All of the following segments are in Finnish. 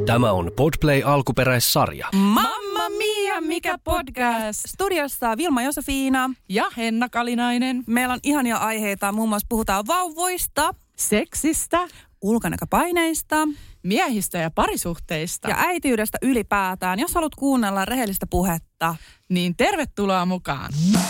Tämä on Podplay alkuperäissarja. Mamma mia, mikä podcast! Studiossa Vilma Josefiina Ja Henna Kalinainen. Meillä on ihania aiheita, muun muassa puhutaan vauvoista, Seksistä, ulkonäköpaineista miehistä ja parisuhteista. ja äitiydestä ylipäätään. Jos haluat kuunnella rehellistä puhetta, Niin tervetuloa mukaan.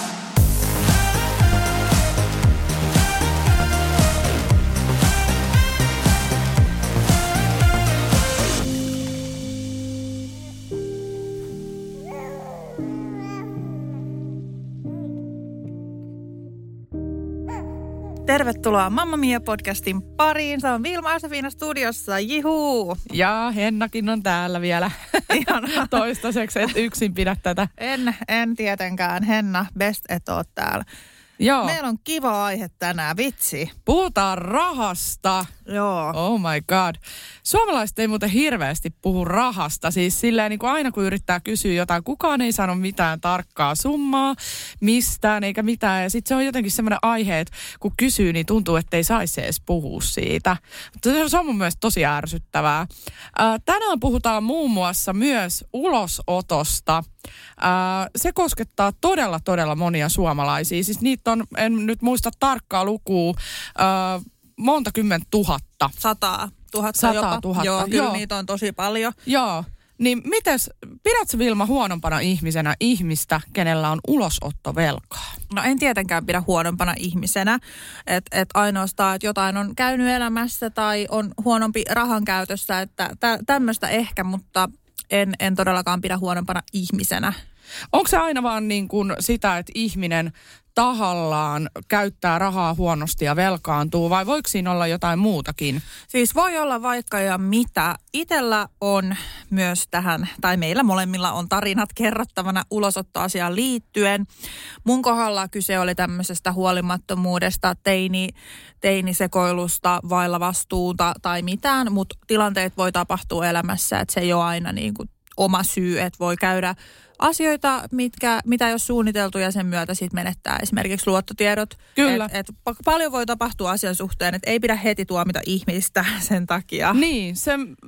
tervetuloa Mamma Mia podcastin pariin. Se on Vilma Josefiina studiossa, jihuu! Ja Hennakin on täällä vielä toistaiseksi, et yksin pidä tätä. En tietenkään, Henna, best et oot täällä. Joo, Meillä on kiva aihe tänään, vitsi. puhutaan rahasta. Joo. Oh my god. Suomalaiset ei muuten hirveästi puhu rahasta. Siis silleen niin kuin aina kun yrittää kysyä jotain, kukaan ei sano mitään tarkkaa summaa mistään eikä mitään. Ja sitten se on jotenkin semmoinen aihe, että kun kysyy, niin tuntuu, että ei saisi edes puhua siitä. Mutta se on mun mielestä tosi ärsyttävää. Tänään puhutaan muun muassa myös ulosotosta. Se koskettaa todella monia suomalaisia. Siis niitä on, en nyt muista tarkkaa lukua, monta kymmentä tuhatta. 100 000 100 jopa. 000, Joo, kyllä joo. niitä on tosi paljon. Joo. Niin pidätkö Vilma huonompana ihmisenä ihmistä, kenellä on ulosottovelkaa? No en tietenkään pidä huonompana ihmisenä, että ainoastaan, että jotain on käynyt elämässä tai on huonompi rahan käytössä, että tämmöistä ehkä, mutta en todellakaan pidä huonompana ihmisenä. Onko se aina vaan niin kuin sitä, että ihminen tahallaan käyttää rahaa huonosti ja velkaantuu, vai voiko siinä olla jotain muutakin? Siis voi olla vaikka ja mitä. Itellä on myös tähän, tai meillä molemmilla on tarinat kerrottavana ulosottoasiaan liittyen. Mun kohdalla kyse oli tämmöisestä huolimattomuudesta, teinisekoilusta, vailla vastuuta tai mitään, mutta tilanteet voi tapahtua elämässä, että se ei ole aina niin kuin oma syy, että voi käydä asioita, mitä ei ole suunniteltu ja sen myötä sitten menettää esimerkiksi luottotiedot. Kyllä. Paljon voi tapahtua asian suhteen, että ei pidä heti tuomita ihmistä sen takia. Niin,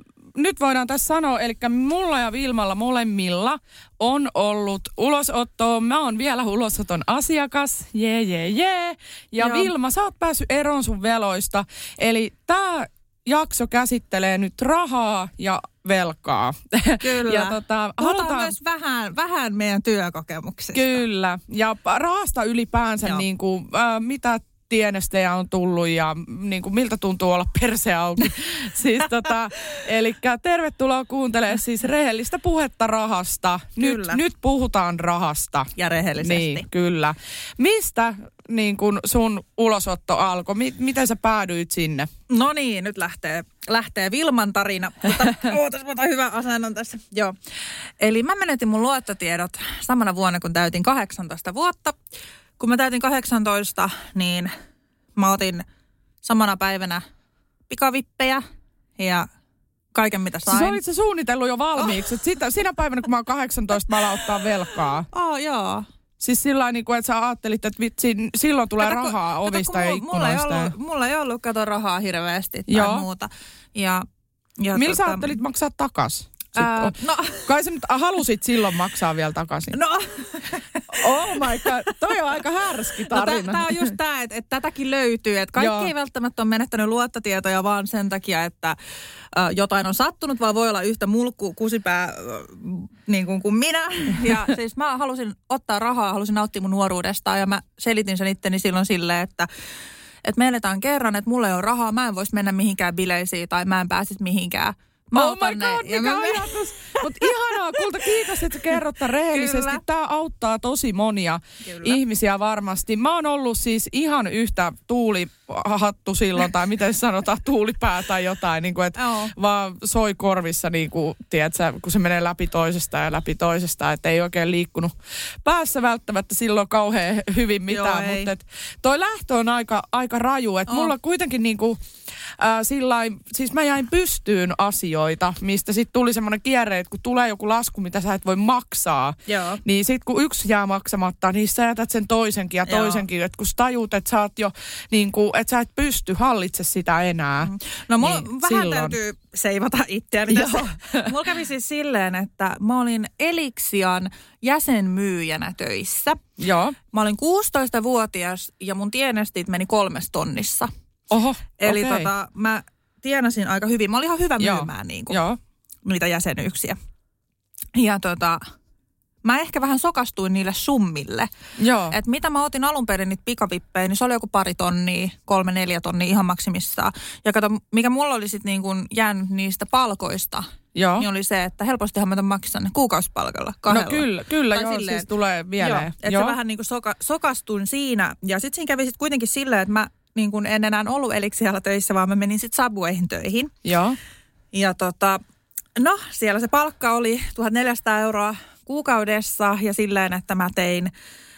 nyt voidaan tässä sanoa, eli mulla ja Vilmalla molemmilla on ollut ulosottoa. Mä oon vielä ulosoton asiakas, jee. Ja Joo. Vilma, sä oot päässyt eroon sun veloista. Eli tää jakso käsittelee nyt rahaa ja velkaa. Kyllä. Ja Puhutaan myös vähän meidän työkokemuksista. Kyllä. Ja rahasta ylipäänsä, niin kuin, mitä tienestejä on tullut ja niin kuin, miltä tuntuu olla perse auki. Siis, eli tervetuloa kuuntelemaan siis rehellistä puhetta rahasta. Nyt puhutaan rahasta. Ja rehellisesti. Niin, kyllä. Mistä niin kuin sun ulosotto alkoi? Miten sä päädyit sinne? No niin, nyt lähtee Vilman tarina. Ootas, mä otan hyvän asennon tässä. Joo. Eli mä menetin mun luottotiedot samana vuonna, kun täytin 18 vuotta. Kun mä täytin 18, niin mä otin samana päivänä pikavippejä ja kaiken mitä sain. Siis olit sä suunnitellut jo valmiiksi, että sinä päivänä kun mä oon 18, mä alan ottaa velkaa. Joo. Siis sillä niin kuin, että sä ajattelit, että vitsi, silloin tulee rahaa ovista ja ikkunoista. Mulla ei ollut rahaa hirveästi tai muuta. Ja millä sä ajattelit maksaa takas? Kai sä nyt halusit silloin maksaa vielä takaisin. No. Oh my god, toi on aika härski tarina. Tää on just tää, että tätäkin löytyy. Että kaikki ei välttämättä ole menettänyt luottotietoja vaan sen takia, että jotain on sattunut, vaan voi olla yhtä mulkku kusipää niin kuin minä. Ja siis mä halusin ottaa rahaa, halusin nauttia mun nuoruudesta ja mä selitin sen itteni silloin silleen, että me eletään kerran, että mulla ei ole rahaa, mä en voisi mennä mihinkään bileisiin tai mä en pääsisi mihinkään. Oh my god, mikä ajatus. Mutta ihanaa, kulta, kiitos, että sä kerrot tämän rehellisesti. Tämä auttaa tosi monia ihmisiä varmasti. Mä oon ollut siis ihan yhtä tuulihattu silloin, tai miten sanotaan, tuulipää tai jotain, niin kuin, että vaan soi korvissa, niin kuin, tiedätkö, kun se menee läpi toisesta, että ei oikein liikkunut päässä välttämättä silloin kauhean hyvin mitään. Mutta toi lähtö on aika raju, että mulla kuitenkin niin kuin, sillain, siis mä jäin pystyyn asioihin. asioita, mistä sitten tuli semmoinen kierre, että kun tulee joku lasku, mitä sä et voi maksaa, Joo. niin sitten kun yksi jää maksamatta, niin sä jätät sen toisenkin ja toisenkin, että kun sä tajut, että sä oot jo niin kuin, että sä et pysty hallitse sitä enää. No mulla niin vähän silloin täytyy seivata itseäni tässä. Mulla kävi siis silleen, että mä olin Elixian jäsenmyyjänä töissä. Joo. Mä olin 16-vuotias ja mun tienestit meni 3 tonnissa. Oho, Eli okei. mä tienasin aika hyvin. Mä olin ihan hyvä myymään niin kuin, niitä jäsenyyksiä. Ja mä ehkä vähän sokastuin niille summille. Joo. Että mitä mä otin alun perin niitä pikavippejä, niin se oli joku 2 tonnia, 3-4 tonnia ihan maksimissaan. Ja kato, mikä mulla oli sitten niin kuin jäänyt niistä palkoista, Joo. niin oli se, että helpostihan mä maksan ne kuukausipalkalla 2. No kyllä Tai joo, silleen, siis tulee mieleen. Joo, että se vähän niin kuin sokastuin siinä. Ja sitten siinä kävi sitten kuitenkin silleen, että mä niin kuin en enää ollut Elixialla töissä, vaan mä menin sitten Subwayhin töihin. Joo. Ja no siellä se palkka oli 1400 euroa kuukaudessa ja silleen, että mä tein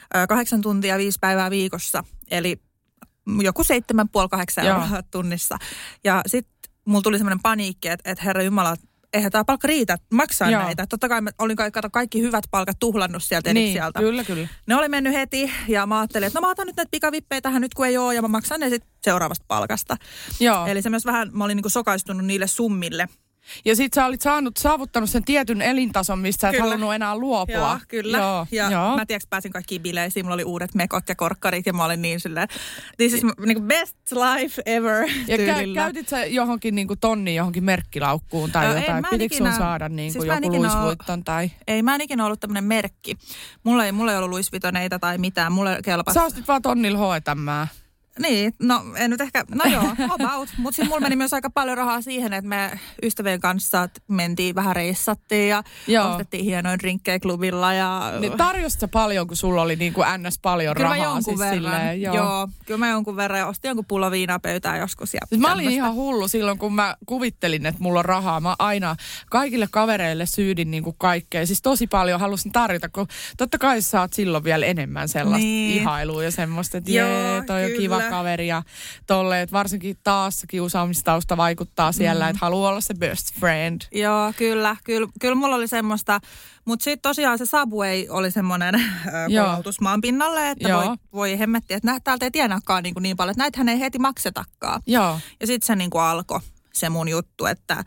8 tuntia 5 päivää viikossa. Eli joku 7,5-8 euroa tunnissa. Ja sitten mulla tuli semmoinen paniikki, että herra jumala, eihän tämä palkka riitä maksaa näitä. Totta kai mä olin kaikki hyvät palkat tuhlannut sieltä Elixialta. Niin, kyllä. Ne oli mennyt heti ja mä ajattelin, että no mä otan nyt näitä pikavippejä tähän nyt kun ei ole ja mä maksan ne sitten seuraavasta palkasta. Joo. Eli se myös vähän, mä olin niinku sokaistunut niille summille. Ja sit sä olit saavuttanut sen tietyn elintason, mistä sä et halunnut enää luopua. Joo, kyllä. Joo, ja mä tiedätkö, pääsin kaikkiin bileisiin. Mulla oli uudet mekot ja korkkarit ja mä olin niin silleen, this is niinku best life ever ja tyylillä. käytit sä johonkin niinku tonnin johonkin merkkilaukkuun tai jotain? Pitikö sun saada niinku siis joku Louis Vuitton tai? Ei, mä en ikinä ollut tämmönen merkki. Mulla ei ollut Louis Vuittoneita tai mitään. Mulle kelpasi. Sä ostit vaan tonnilla H&Mää. Niin, no en nyt ehkä, no joo, about. Mutta siis mulla meni myös aika paljon rahaa siihen, että me ystävien kanssa mentiin vähän reissattiin ja ostettiin hienoin drinkkejä klubilla. Ja niin tarjosit sä paljon, kun sulla oli niin kuin ns. Paljon kyllä rahaa? Mä jonkun siis verran, silleen, joo. Kyllä mä jonkun verran ja ostin jonkun pullo viinaa pöytään joskus. Ja mä olin ihan hullu silloin, kun mä kuvittelin, että mulla on rahaa. Mä aina kaikille kavereille syydin niin kuin kaikkea. Siis tosi paljon halusin tarjota, kun totta kai sä saat silloin vielä enemmän sellaista ihailua ja semmoista, että jee, toi on kiva kaveri ja tolleen, varsinkin taas kiusaamistausta vaikuttaa siellä, että haluaa olla se best friend. Joo, kyllä mulla oli semmoista, mutta sitten tosiaan se Subway oli semmoinen kolautus maan pinnalle, että voi hemmettiä, että täältä ei tienaakaan niin paljon, että näitähän ei heti maksetakaan. Joo. Ja sitten se niin kuin alkoi se mun juttu, että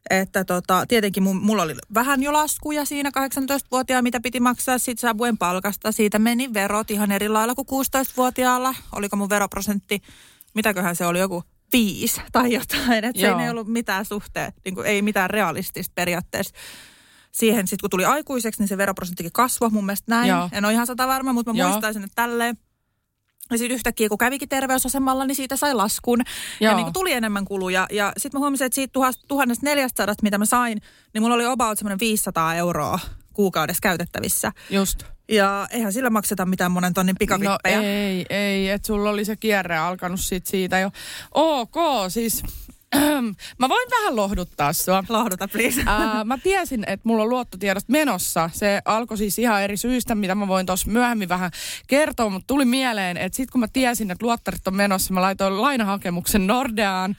tietenkin mulla oli vähän jo laskuja siinä 18-vuotiaana, mitä piti maksaa siitä Subwayn palkasta. Siitä meni verot ihan eri lailla kuin 16-vuotiaalla. Oliko mun veroprosentti, mitäköhän se oli, joku 5 tai jotain. Että se ei ollut mitään suhteen, niin kuin ei mitään realistista periaatteessa. Siihen sitten kun tuli aikuiseksi, niin se veroprosenttikin kasvoi mun mielestä näin. Joo. En ole ihan 100 varma, mutta mä muistaisin, että tälleen. Ja sitten yhtäkkiä, kun kävikin terveysasemalla, niin siitä sai laskun. Ja niin kuin tuli enemmän kuluja. Ja sitten mä huomasin, että siitä 1400, mitä mä sain, niin mulla oli about semmoinen 500 euroa kuukaudessa käytettävissä. Just. Ja eihän sillä makseta mitään monen tonnin pikavippejä. No ei, että sulla oli se kierre alkanut siitä jo. Ok, siis mä voin vähän lohduttaa sua. Lohduta, please. Mä tiesin, että mulla on luottotiedot menossa. Se alkoi siis ihan eri syistä, mitä mä voin tuossa myöhemmin vähän kertoa, mutta tuli mieleen, että sit kun mä tiesin, että luottarit on menossa, mä laitoin lainahakemuksen Nordeaan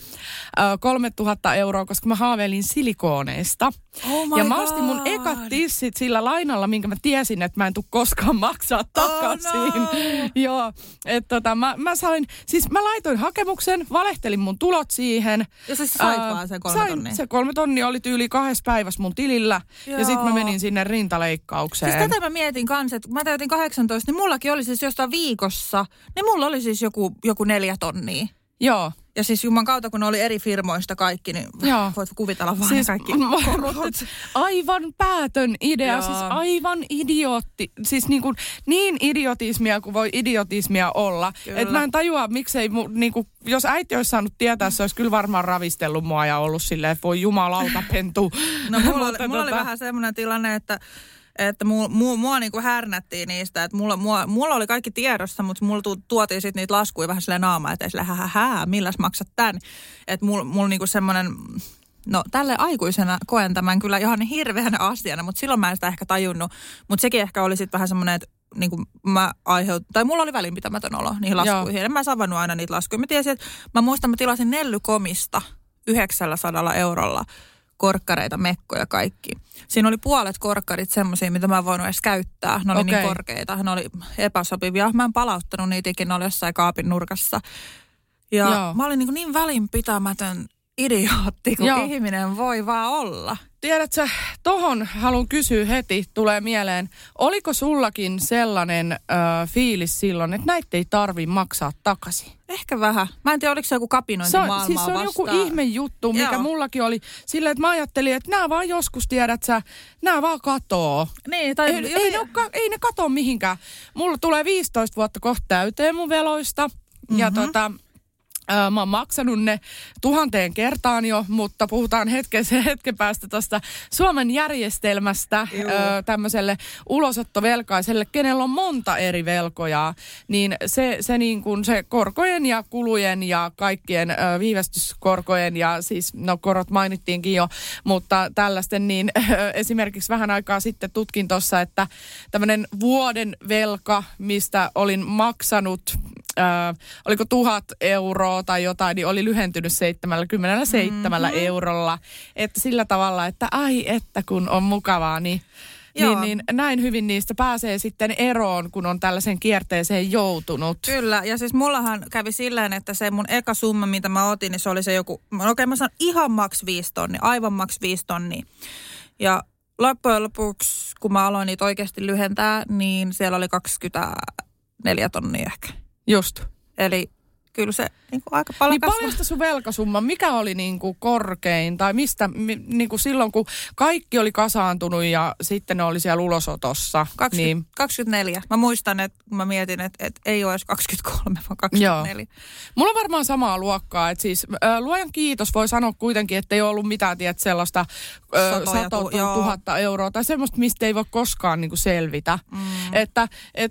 3,000 euroa, koska mä haaveilin silikooneista. Oh ja mä ostin mun ekat tissit sillä lainalla, minkä mä tiesin, että mä en tule koskaan maksaa takaisin. Oh no. Joo, että mä sain, siis mä laitoin hakemuksen, valehtelin mun tulot siihen. Ja sä sait vaan sen 3 tonnia? Se 3 tonnia oli tyyli 2 päivässä mun tilillä. Joo. Ja sitten mä menin sinne rintaleikkaukseen. Siis tätä mä mietin kanssa, että kun mä täytin 18, niin mullakin oli siis jostain viikossa, niin mulla oli siis joku 4 tonnia. Joo. Ja siis juman kautta, kun ne oli eri firmoista kaikki, niin voit kuvitella vaan siis, kaikki korruptit. Aivan päätön idea, Joo. siis aivan idiootti. Siis niin idiotismia kuin voi idiotismia olla. Että mä en tajua, miksei, jos äiti olisi saanut tietää, se olisi kyllä varmaan ravistellut mua ja ollut silleen, että voi jumalauta pentu. No mulla oli vähän semmoinen tilanne, että mua niinku härnättiin niistä, että mulla oli kaikki tiedossa, mutta mulla tuotiin sitten niitä laskuja vähän silleen naamaan, että ei silleen milläs maksat tän. Että mulla niinku semmoinen, no tälle aikuisena koen tämän kyllä ihan hirveänä asiana, mutta silloin mä en sitä ehkä tajunnut. Mutta sekin ehkä oli sitten vähän semmoinen, että niinku mulla oli välinpitämätön olo niihin laskuihin. En mä savannut aina niitä laskuja. Mä tiesin, että mä muistan, mä tilasin Nellykomista 900 eurolla korkkareita, mekkoja kaikki. Siinä oli puolet korkkarit semmoisia, mitä mä en voinut edes käyttää. Ne oli niin korkeita, ne oli epäsopivia. Mä en palauttanut niitä ikinä, ne oli jossain kaapin nurkassa. Ja mä olin niin välinpitämätön idiootti, kun ihminen voi vaan olla. Tiedätkö, tohon haluan kysyä heti, tulee mieleen, oliko sullakin sellainen fiilis silloin, että näitä ei tarvi maksaa takaisin? Ehkä vähän. Mä en tiedä, oliko se joku kapinointi maailmaa siis se on joku ihme juttu, mikä mullakin oli silleen, että mä ajattelin, että nämä vaan joskus, tiedätkö, nämä vaan katoo. Niin, tai ei ne katoo mihinkään. Mulla tulee 15 vuotta kohta täyteen mun veloista ja mä oon maksanut ne 1000 kertaan jo, mutta puhutaan hetken päästä tuosta Suomen järjestelmästä tämmöiselle ulosottovelkaiselle, kenellä on monta eri velkojaa, niin se niin kuin se korkojen ja kulujen ja kaikkien viivästyskorkojen ja siis korot mainittiinkin jo, mutta tällaisten niin esimerkiksi vähän aikaa sitten tutkin tuossa, että tämmöinen vuoden velka, mistä olin maksanut oliko 1000 euroa tai jotain, niin oli lyhentynyt 77 eurolla. Että sillä tavalla, että ai että kun on mukavaa, niin näin hyvin niistä pääsee sitten eroon, kun on tällaisen kierteeseen joutunut. Kyllä, ja siis mullahan kävi silleen, että se mun eka summa, mitä mä otin, niin se oli se joku, mä sanon ihan maks 5 tonnia, aivan maks 5 tonnia. Ja loppujen lopuksi, kun mä aloin niitä oikeasti lyhentää, niin siellä oli 24 tonnia ehkä. Just. Eli kyllä se niin kuin aika paljon kasvaa. Niin paljasta sun velkasumma, mikä oli niin kuin korkein tai mistä niin kuin silloin, kun kaikki oli kasaantunut ja sitten ne oli siellä ulosotossa. 24. Mä muistan, että mä mietin, että ei ole edes 23, vaan 24. Joo. Mulla on varmaan samaa luokkaa, että siis luojan kiitos voi sanoa kuitenkin, että ei ollut mitään sellaista 100 000 euroa tai semmoista, mistä ei voi koskaan niin kuin selvitä. Että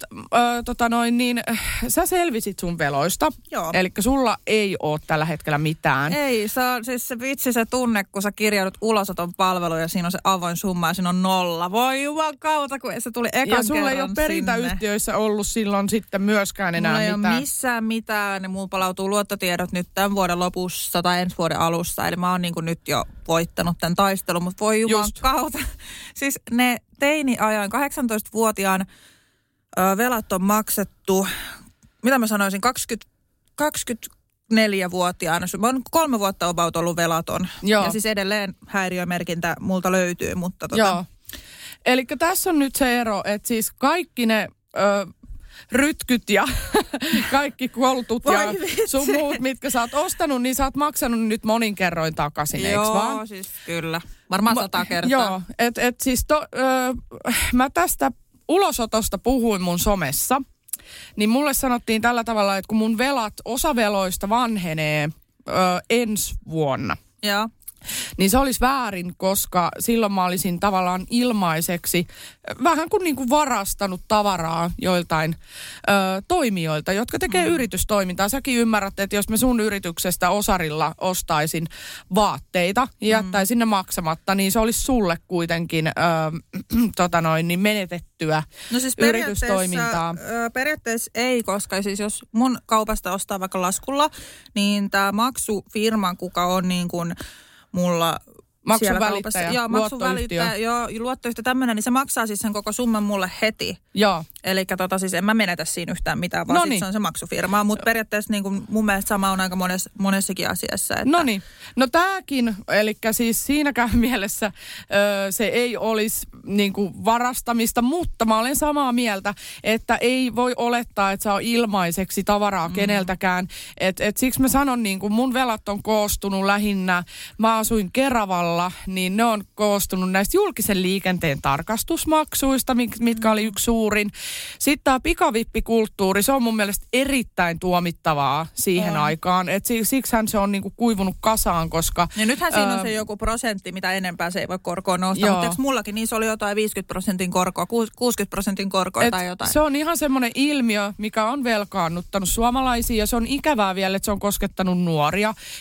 sä selvisit sun veloista. Joo. Eli sulla ei ole tällä hetkellä mitään. Ei, se on siis se vitsi se tunne, kun sä kirjaudut ulosoton palveluun ja siinä on se avoin summa ja siinä on 0. Voi jumakauta, kun se tuli ekan kerran sinne. Ja sulla ei ole perintäyhtiöissä ollut silloin sitten myöskään enää mitään. Mulla ei ole missään mitään, niin mulla palautuu luottotiedot nyt tämän vuoden lopussa tai ensi vuoden alussa. Eli mä oon niin kuin nyt jo voittanut tämän taistelun, mutta voi jumakauta. Siis ne teini-ajan 18-vuotiaan velat on maksettu, mitä mä sanoisin, 24-vuotiaana. Mä oon 3 vuotta about ollut velaton. Joo. Ja siis edelleen häiriömerkintä multa löytyy, mutta Joo. Eli tässä on nyt se ero, että siis kaikki ne rytkyt ja kaikki koltut ja sun muut, mitkä sä oot ostanut, niin sä oot maksanut nyt monin kerroin takaisin, eikö vaan? Joo, siis kyllä. Varmaan 100 kertaa. Joo, et siis mä tästä ulosotosta puhuin mun somessa. Niin mulle sanottiin tällä tavalla, että kun mun osa veloista vanhenee ensi vuonna. Joo. Niin se olisi väärin, koska silloin mä olisin tavallaan ilmaiseksi vähän kuin niinku varastanut tavaraa joiltain toimijoilta, jotka tekee yritystoimintaa. Säkin ymmärrät, että jos mä sun yrityksestä osarilla ostaisin vaatteita ja jättäisin ne maksamatta, niin se olisi sulle kuitenkin niin menetettyä yritystoimintaa. Periaatteessa ei, koska siis jos mun kaupasta ostaa vaikka laskulla, niin tämä maksufirma, kuka on niin kuin mulla maksuvälittäjä, luottoyhtiö. Joo, luottoyhtiö tämmöinen, niin se maksaa siis sen koko summan mulle heti. Joo. Eli siis en mä menetä siinä yhtään mitään, vaan se on se maksufirma. Mutta periaatteessa niin kuin mun mielestä sama on aika monessakin asiassa. Että... No tääkin, eli siis siinäkään mielessä se ei olisi niin kuin varastamista, mutta mä olen samaa mieltä, että ei voi olettaa, että saa ilmaiseksi tavaraa keneltäkään. Et siksi mä sanon, niin kuin mun velat on koostunut lähinnä, mä asuin Keravalla, niin ne on koostunut näistä julkisen liikenteen tarkastusmaksuista, mitkä oli yksi suurin. Sitten tämä pikavippikulttuuri, se on mun mielestä erittäin tuomittavaa siihen aikaan. Et siksihän se on niinku kuivunut kasaan, koska... Ja nythän siinä on se joku prosentti, mitä enempää se ei voi korkoa nousta. Mutta eikö mullakin niin se oli jotain 50% korkoa, 60% korkoa tai jotain? Se on ihan semmoinen ilmiö, mikä on velkaannuttanut suomalaisia ja se on ikävää vielä, että se on koskettanut nuoria. Ja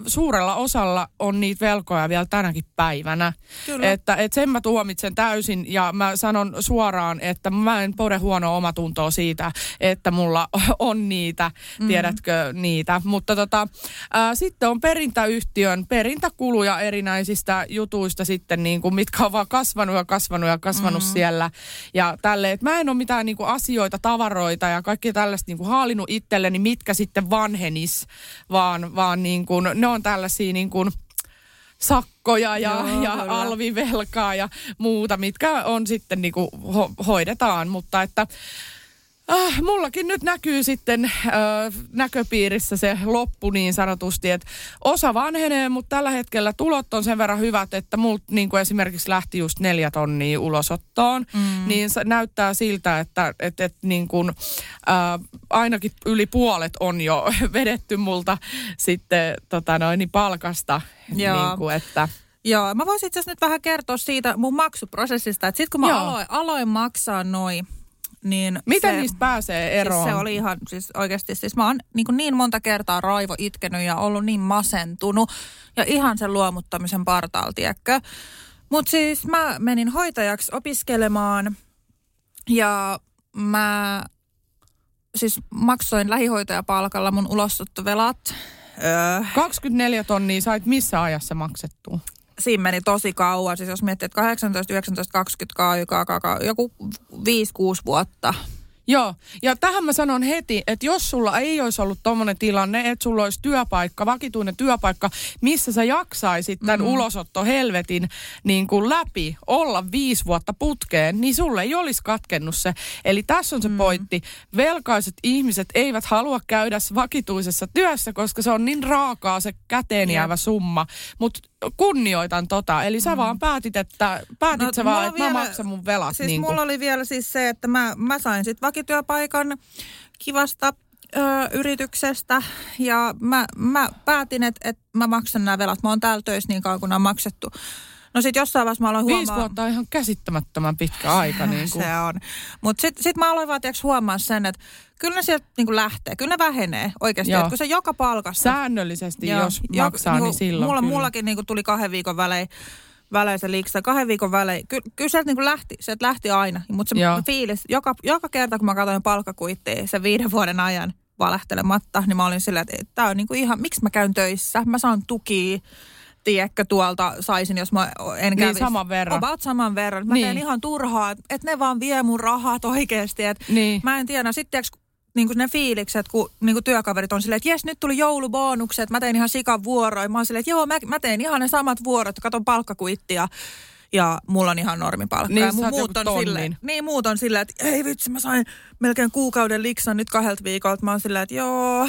suurella osalla on niitä velkoja vielä tänäkin päivänä. Kyllä. Että sen mä tuomitsen täysin ja mä sanon suoraan, että mä en pode huonoa omatuntoa siitä, että mulla on niitä, tiedätkö niitä. Mutta sitten on perintäyhtiön perintäkuluja erinäisistä jutuista sitten, niin kuin, mitkä on vaan kasvanut siellä. Ja tälleen, että mä en ole mitään niin kuin asioita, tavaroita ja kaikki tällaista niin kuin haalinut itselleni, mitkä sitten vanhenis, vaan niin kuin, ne on tällaisia niin kuin sakkoja ja alvivelkaa ja muuta, mitkä on sitten niin kuin hoidetaan, mutta että mullakin nyt näkyy sitten näköpiirissä se loppu niin sanotusti, että osa vanhenee, mutta tällä hetkellä tulot on sen verran hyvät, että multa niin kuin esimerkiksi lähti just 4 tonnia ulosottoon, niin näyttää siltä, että niin kuin, ainakin yli puolet on jo vedetty multa sitten palkasta. Niin kuin, että Joo, mä voisin itse asiassa nyt vähän kertoa siitä mun maksuprosessista, että sit kun mä aloin maksaa niin miten niistä pääsee eroon? Siis se oli ihan, oikeasti, mä oon niin monta kertaa raivo itkenyt ja ollut niin masentunut ja ihan sen luomuttamisen partaalta, tiedätkö? Mutta siis mä menin hoitajaksi opiskelemaan ja mä siis maksoin lähihoitajapalkalla mun ulosottovelat. 24 tonnia sait missä ajassa maksettua? Siinä meni tosi kauan. Siis jos miettii, että 18, 19, 20, joku 5-6 vuotta. Joo, ja tähän mä sanon heti, että jos sulla ei olisi ollut tommoinen tilanne, että sulla olisi työpaikka, vakituinen työpaikka, missä sä jaksaisit tämän ulosottohelvetin niin kuin läpi olla 5 vuotta putkeen, niin sulle ei olisi katkennut se. Eli tässä on se pointti. Velkaiset ihmiset eivät halua käydä vakituisessa työssä, koska se on niin raakaa se käteen jäävä summa. Mutta kunnioitan Eli sä vaan päätit, että mä maksan mun velat. Siis niin mulla oli vielä siis se, että mä sain sit vakityöpaikan kivasta yrityksestä ja mä päätin, että mä maksan nämä velat. Mä oon täällä töissä niin kauan, kun on maksettu. No sit jossain vaiheessa mä aloin 5 vuotta on ihan käsittämättömän pitkä aika. Niin kuin. Se on. Mutta sit mä aloin vaan huomaa sen, että kyllä ne sieltä niin kuin lähtee. Kyllä ne vähenee oikeasti. Että kun se joka palkasta. Säännöllisesti, jos maksaa, niin silloin mullakin niin kuin tuli 2 viikon välein se liiksa. 2 viikon välein. Kyllä sieltä niin kuin lähti aina. Mutta se fiilis, joka kerta kun mä katsoin palkkakuittia sen 5 vuoden ajan valehtelematta, niin mä olin silleen, että tää on niin kuin ihan, miksi mä käyn töissä? Mä saan tukia. Tiedätkö, tuolta saisin, jos mä en kävisi. Niin, saman verran. About saman verran. Mä teen ihan turhaa, että ne vaan vie mun rahat oikeasti. Niin. Mä en tiedä. Sitten niin ne fiilikset, kun niin työkaverit on silleen, että jes, nyt tuli joulubonukset. Mä tein ihan sikan vuoroja. Mä oon silleen, että joo, mä teen ihan ne samat vuorot. Katon palkkakuittia. Ja mulla on ihan normipalkka. Niin, ja muut on silleen, että ei vitsi, mä sain melkein kuukauden liksan nyt 2 viikolta. Mä oon silleen, että joo,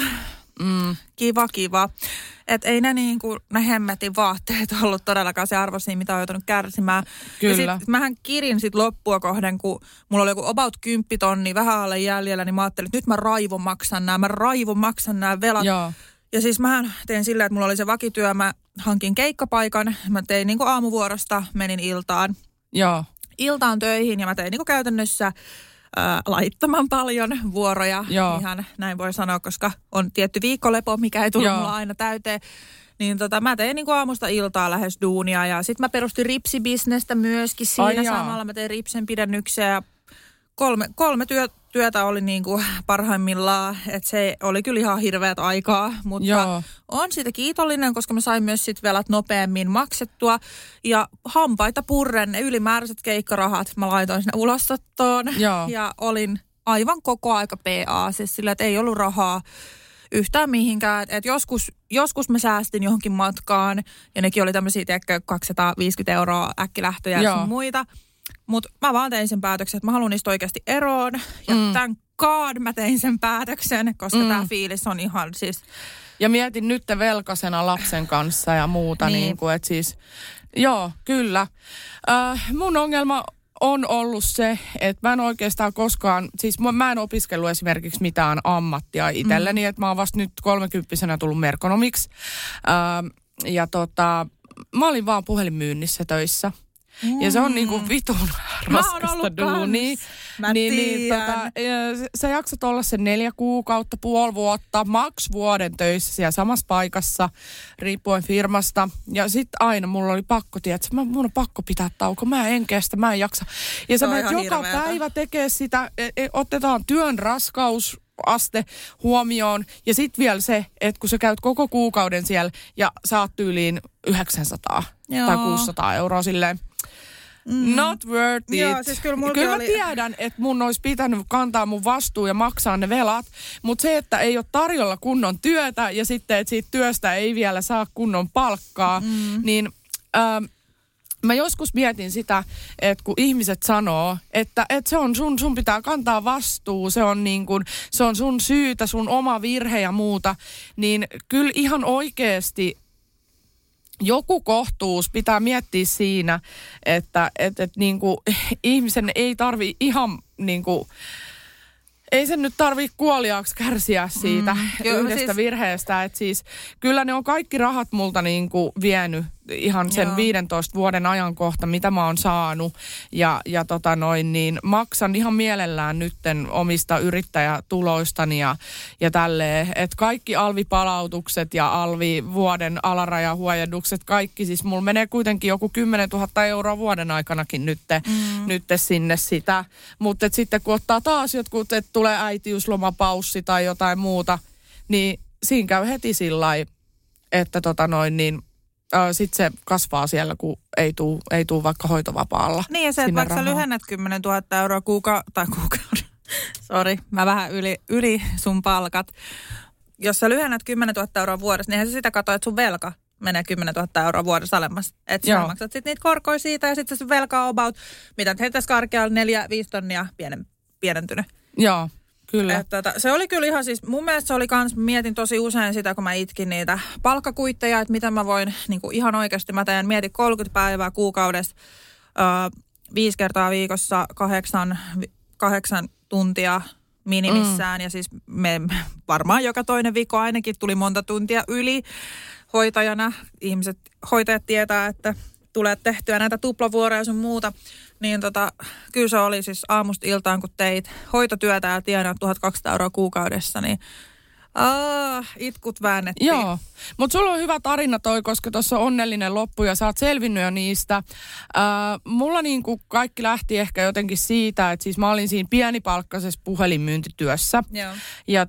kiva. Että ei ne hemmetin vaatteet ollut todellakaan se arvoisia, mitä on joutunut kärsimään. Kyllä. Ja sit mähän kirin sit loppua kohden, kun mulla oli joku about 10 tonnia vähän alle jäljellä, niin mä ajattelin, että nyt mä raivon maksan nämä velat. Joo. Ja siis mähän tein sillä, että mulla oli se vakityö, mä hankin keikkapaikan, mä tein niin kuin aamuvuorosta, menin iltaan. Joo. Iltaan töihin ja mä tein niin kuin käytännössä laittoman paljon vuoroja. Joo. Ihan näin voi sanoa, koska on tietty viikkolepo, mikä ei tule mulla aina täyteen. Niin mä tein niin kuin aamusta iltaa lähes duunia ja sitten mä perustin ripsibisnestä myöskin siinä samalla. Mä tein ripsen pidennyksiä ja 3 työtä oli niin kuin parhaimmillaan, että se oli kyllä ihan hirveät aikaa, mutta on siitä kiitollinen, koska mä sain myös sit velat nopeammin maksettua ja hampaita purren, ne ylimääräiset keikkarahat mä laitoin sinne ulosottoon ja olin aivan koko aika PA, siis sillä, että ei ollut rahaa yhtään mihinkään, että joskus mä säästin johonkin matkaan ja nekin oli tämmöisiä 250 € äkkilähtöjä ja sun muita. Mutta mä vaan tein sen päätöksen, että mä haluan niistä oikeasti eroon. Ja thank God mä tein sen päätöksen, koska tää fiilis on ihan siis. Ja mietin nyt velkaisena lapsen kanssa ja muuta. niin kuin, että siis, joo, kyllä. Mun ongelma on ollut se, että mä en oikeastaan koskaan, siis mä en opiskellut esimerkiksi mitään ammattia itselleni, että mä oon vasta nyt 30-vuotiaana tullut merkonomiksi. Ja mä olin vaan puhelinmyynnissä töissä. Ja se on niinku vitun raskasta duunia. Sä jaksat olla sen 4 kuukautta, puoli vuotta, maks vuoden töissä siellä samassa paikassa, riippuen firmasta. Ja sitten aina mulla oli pakko, tiedätkö, mun on pakko pitää tauko, mä en kestä, mä en jaksa. Ja sä menet joka päivä tekee sitä, otetaan työn raskausaste huomioon. Ja sitten vielä se, että kun sä käyt koko kuukauden siellä ja saat tyyliin 900 tai 600 euroa silleen. Not worth it. Joo, siis kyllä mä tiedän, että mun olisi pitänyt kantaa mun vastuu ja maksaa ne velat, mutta se, että ei ole tarjolla kunnon työtä ja sitten, että siitä työstä ei vielä saa kunnon palkkaa, niin mä joskus mietin sitä, että kun ihmiset sanoo, että se on sun pitää kantaa vastuu, se on sun syytä, sun oma virhe ja muuta, niin kyllä ihan oikeasti joku kohtuus pitää miettiä siinä, että niinku, ihmisen ei tarvi ihan niinku, ei sen nyt tarvi kuoliaaksi kärsiä siitä yhdestä virheestä. Että siis kyllä ne on kaikki rahat multa niinku vienyt ihan sen 15 vuoden ajankohta, mitä mä oon saanut. Ja niin maksan ihan mielellään nytten omista yrittäjätuloistani ja tälleen. Että kaikki alvipalautukset ja alvivuoden alarajahuojennukset, kaikki. Siis mulla menee kuitenkin joku 10 000 euroa vuoden aikanakin nyt sinne sitä. Mutta sitten kun ottaa taas jotkut, että tulee äitiyslomapaussi tai jotain muuta, niin siinä käy heti sillain, että sitten se kasvaa siellä, kun ei tuu vaikka hoitovapaalla. Niin ja se, että vaikka sä lyhennät 10 000 euroa kuukauden. Sori, mä vähän yli sun palkat. Jos sä lyhennät 10 000 euroa vuodessa, niin eihän se sitä katsoa, että sun velka menee 10 000 euroa vuodessa alemmas. Että sä maksat sitten niitä korkoja siitä ja sitten se velka on about, mitä heittäisi karkealla 4-5 tonnia pienentynyt. Joo. Kyllä. Se oli kyllä ihan siis, mun mielestä se oli kans, mietin tosi usein sitä, kun mä itkin niitä palkkakuitteja, että miten mä voin niinku ihan oikeasti, mä mietin 30 päivää kuukaudessa, 5 kertaa viikossa 8 tuntia minimissään. Ja siis me varmaan joka toinen viikko ainakin tuli monta tuntia yli hoitajana. Hoitajat tietää, että tulee tehtyä näitä tuplavuoroja sun muuta. Niin kyllä se oli siis aamusta iltaan, kun teit hoitotyötä ja tienaat 1200 euroa kuukaudessa, niin itkut väännettiin. Joo, mutta sulla on hyvä tarina toi, koska tuossa on onnellinen loppu ja sä oot selvinnyt jo niistä. Mulla niinku kaikki lähti ehkä jotenkin siitä, että siis mä olin siinä pienipalkkaisessa puhelinmyyntityössä. Joo. Ja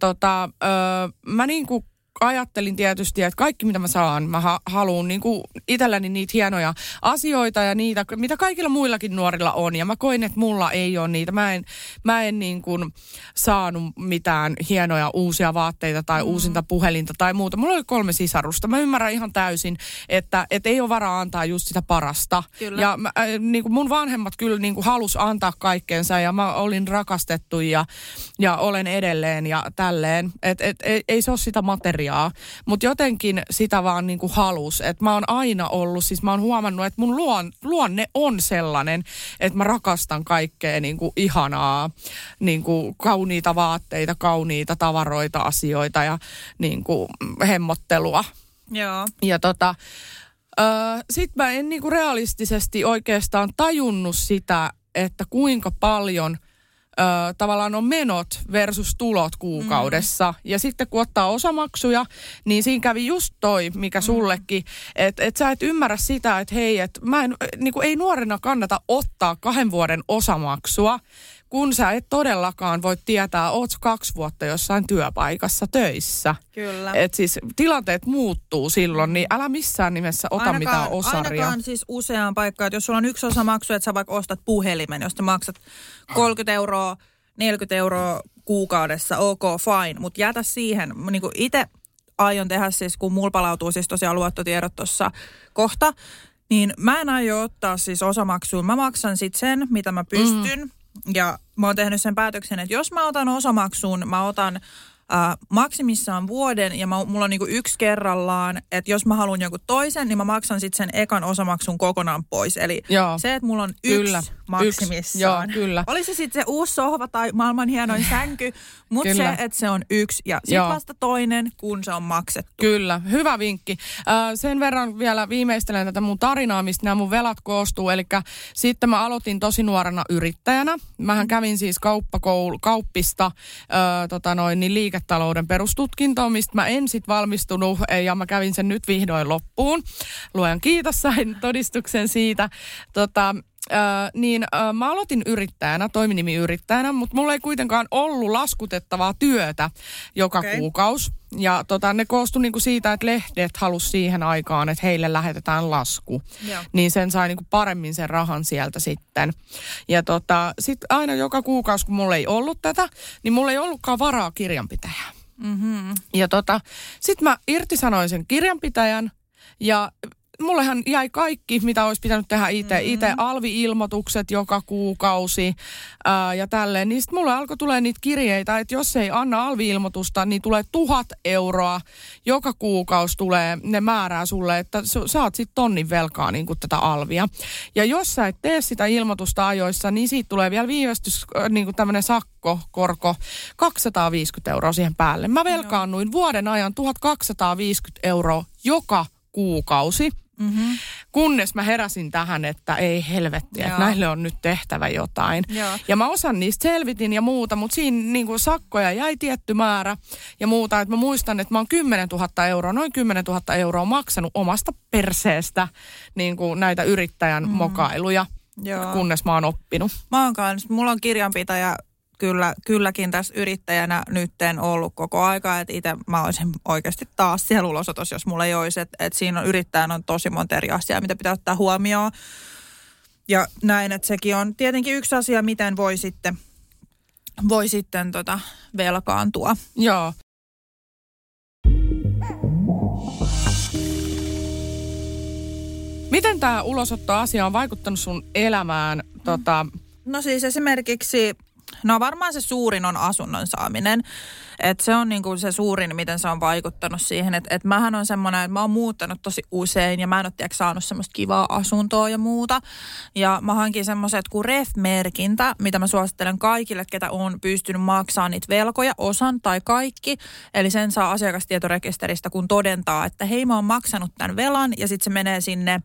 mä niinku ajattelin tietysti, että kaikki mitä mä saan, mä haluan niinku itselläni niitä hienoja asioita ja niitä, mitä kaikilla muillakin nuorilla on. Ja mä koin, että mulla ei ole niitä. Mä en niinku saanut mitään hienoja uusia vaatteita tai uusinta puhelinta tai muuta. Mulla oli 3 sisarusta. Mä ymmärrän ihan täysin, että ei ole varaa antaa just sitä parasta. Kyllä. Ja niinku mun vanhemmat kyllä niinku halus antaa kaikkensa ja mä olin rakastettu ja olen edelleen ja tälleen. Ei se ole sitä materiaa. Mutta jotenkin sitä vaan niinku halus. Että mä oon aina ollut, siis mä oon huomannut, että mun luonne on sellainen, että mä rakastan kaikkea niinku ihanaa, niinku kauniita vaatteita, kauniita tavaroita, asioita ja niinku hemmottelua. Joo. Ja sit mä en niinku realistisesti oikeastaan tajunnut sitä, että kuinka paljon tavallaan on menot versus tulot kuukaudessa. Ja sitten kun ottaa osamaksuja, niin siinä kävi just toi, mikä sullekin, että sä et ymmärrä sitä, että hei, että ei nuorena kannata ottaa 2 vuoden osamaksua, kun sä et todellakaan voi tietää, oot 2 vuotta jossain työpaikassa töissä. Kyllä. Että siis tilanteet muuttuu silloin, niin älä missään nimessä ota mitään osaria. Ainakaan siis useaan paikkaan, että jos sulla on yksi osamaksu, että sä vaikka ostat puhelimen, josta maksat 30 euroa, 40 euroa kuukaudessa, ok, fine, mutta jätä siihen. Niin kuin itse aion tehdä siis, kun mulla palautuu siis tosiaan luottotiedot tuossa kohta, niin mä en aio ottaa siis osamaksuun. Mä maksan sitten sen, mitä mä pystyn. Ja mä oon tehnyt sen päätöksen, että jos mä otan osamaksuun, mä otan maksimissaan vuoden ja mulla on niinku yksi kerrallaan, että jos mä haluan jonkun toisen, niin mä maksan sitten sen ekan osamaksun kokonaan pois. Eli se, että mulla on yksi maksimissaan. Kyllä. Oli se sitten se uusi sohva tai maailman hienoin sänky, mutta se, että se on yksi ja sitten vasta toinen, kun se on maksettu. Kyllä, hyvä vinkki. Sen verran vielä viimeistelen tätä mun tarinaa, mistä nämä mun velat koostuu. Eli sitten mä aloitin tosi nuorena yrittäjänä. Mähän kävin siis kauppista liiketalouden perustutkintoon, mistä mä en sit valmistunut ja mä kävin sen nyt vihdoin loppuun. Luojan kiitos, sain todistuksen siitä. Mä aloitin yrittäjänä, toiminimiyrittäjänä, mutta mulla ei kuitenkaan ollut laskutettavaa työtä joka kuukausi. Ja ne koostui niinku siitä, että lehdet halusi siihen aikaan, että heille lähetetään lasku. Joo. Niin sen sai niinku paremmin sen rahan sieltä sitten. Ja sitten aina joka kuukausi, kun mulla ei ollut tätä, niin mulla ei ollutkaan varaa kirjanpitäjää. Mm-hmm. Ja sitten mä irtisanoin sen kirjanpitäjän ja mullehan jäi kaikki, mitä olisi pitänyt tehdä itse alvi-ilmoitukset joka kuukausi ja tälleen. Niin sitten mulle alkoi tulee niitä kirjeitä, että jos ei anna alvi-ilmoitusta, niin tulee 1,000 euroa. Joka kuukausi tulee, ne määrää sulle, että saat sitten tonnin velkaa niin kuin tätä alvia. Ja jos sä et tee sitä ilmoitusta ajoissa, niin siitä tulee vielä viivästys, niin kuin tämmöinen sakkokorko, 250 euroa siihen päälle. Mä velkaannuin vuoden ajan 1250 euroa joka kuukausi. Mm-hmm. Kunnes mä heräsin tähän, että ei helvetti, että näille on nyt tehtävä jotain. Joo. Ja mä osan niistä selvitin ja muuta, mutta siinä niin kuin sakkoja jäi tietty määrä ja muuta. Että mä muistan, että mä oon noin 10 000 euroa maksanut omasta perseestä niin kuin näitä yrittäjän mokailuja, kunnes mä oon oppinut. Mulla on kirjanpitäjä. Kylläkin tässä yrittäjänä nyt en ollut koko aika, että itse mä olisin oikeasti taas siellä ulosotossa, jos mulla ei olisi, että siinä yrittäjän on tosi monta eri asiaa, mitä pitää ottaa huomioon. Ja näin, että sekin on tietenkin yksi asia, miten voi sitten velkaantua. Joo. Miten tämä ulosottoasia on vaikuttanut sun elämään? No siis esimerkiksi... varmaan se suurin on asunnon saaminen. Että se on niinku se suurin, miten se on vaikuttanut siihen. Että mähän on semmoinen, että mä oon muuttanut tosi usein ja mä en ole saanut semmoista kivaa asuntoa ja muuta. Ja mä hankin semmoiset kuin REF-merkintä, mitä mä suosittelen kaikille, ketä on pystynyt maksamaan niitä velkoja, osan tai kaikki. Eli sen saa asiakastietorekisteristä, kun todentaa, että hei, mä oon maksanut tämän velan ja sitten se menee sinne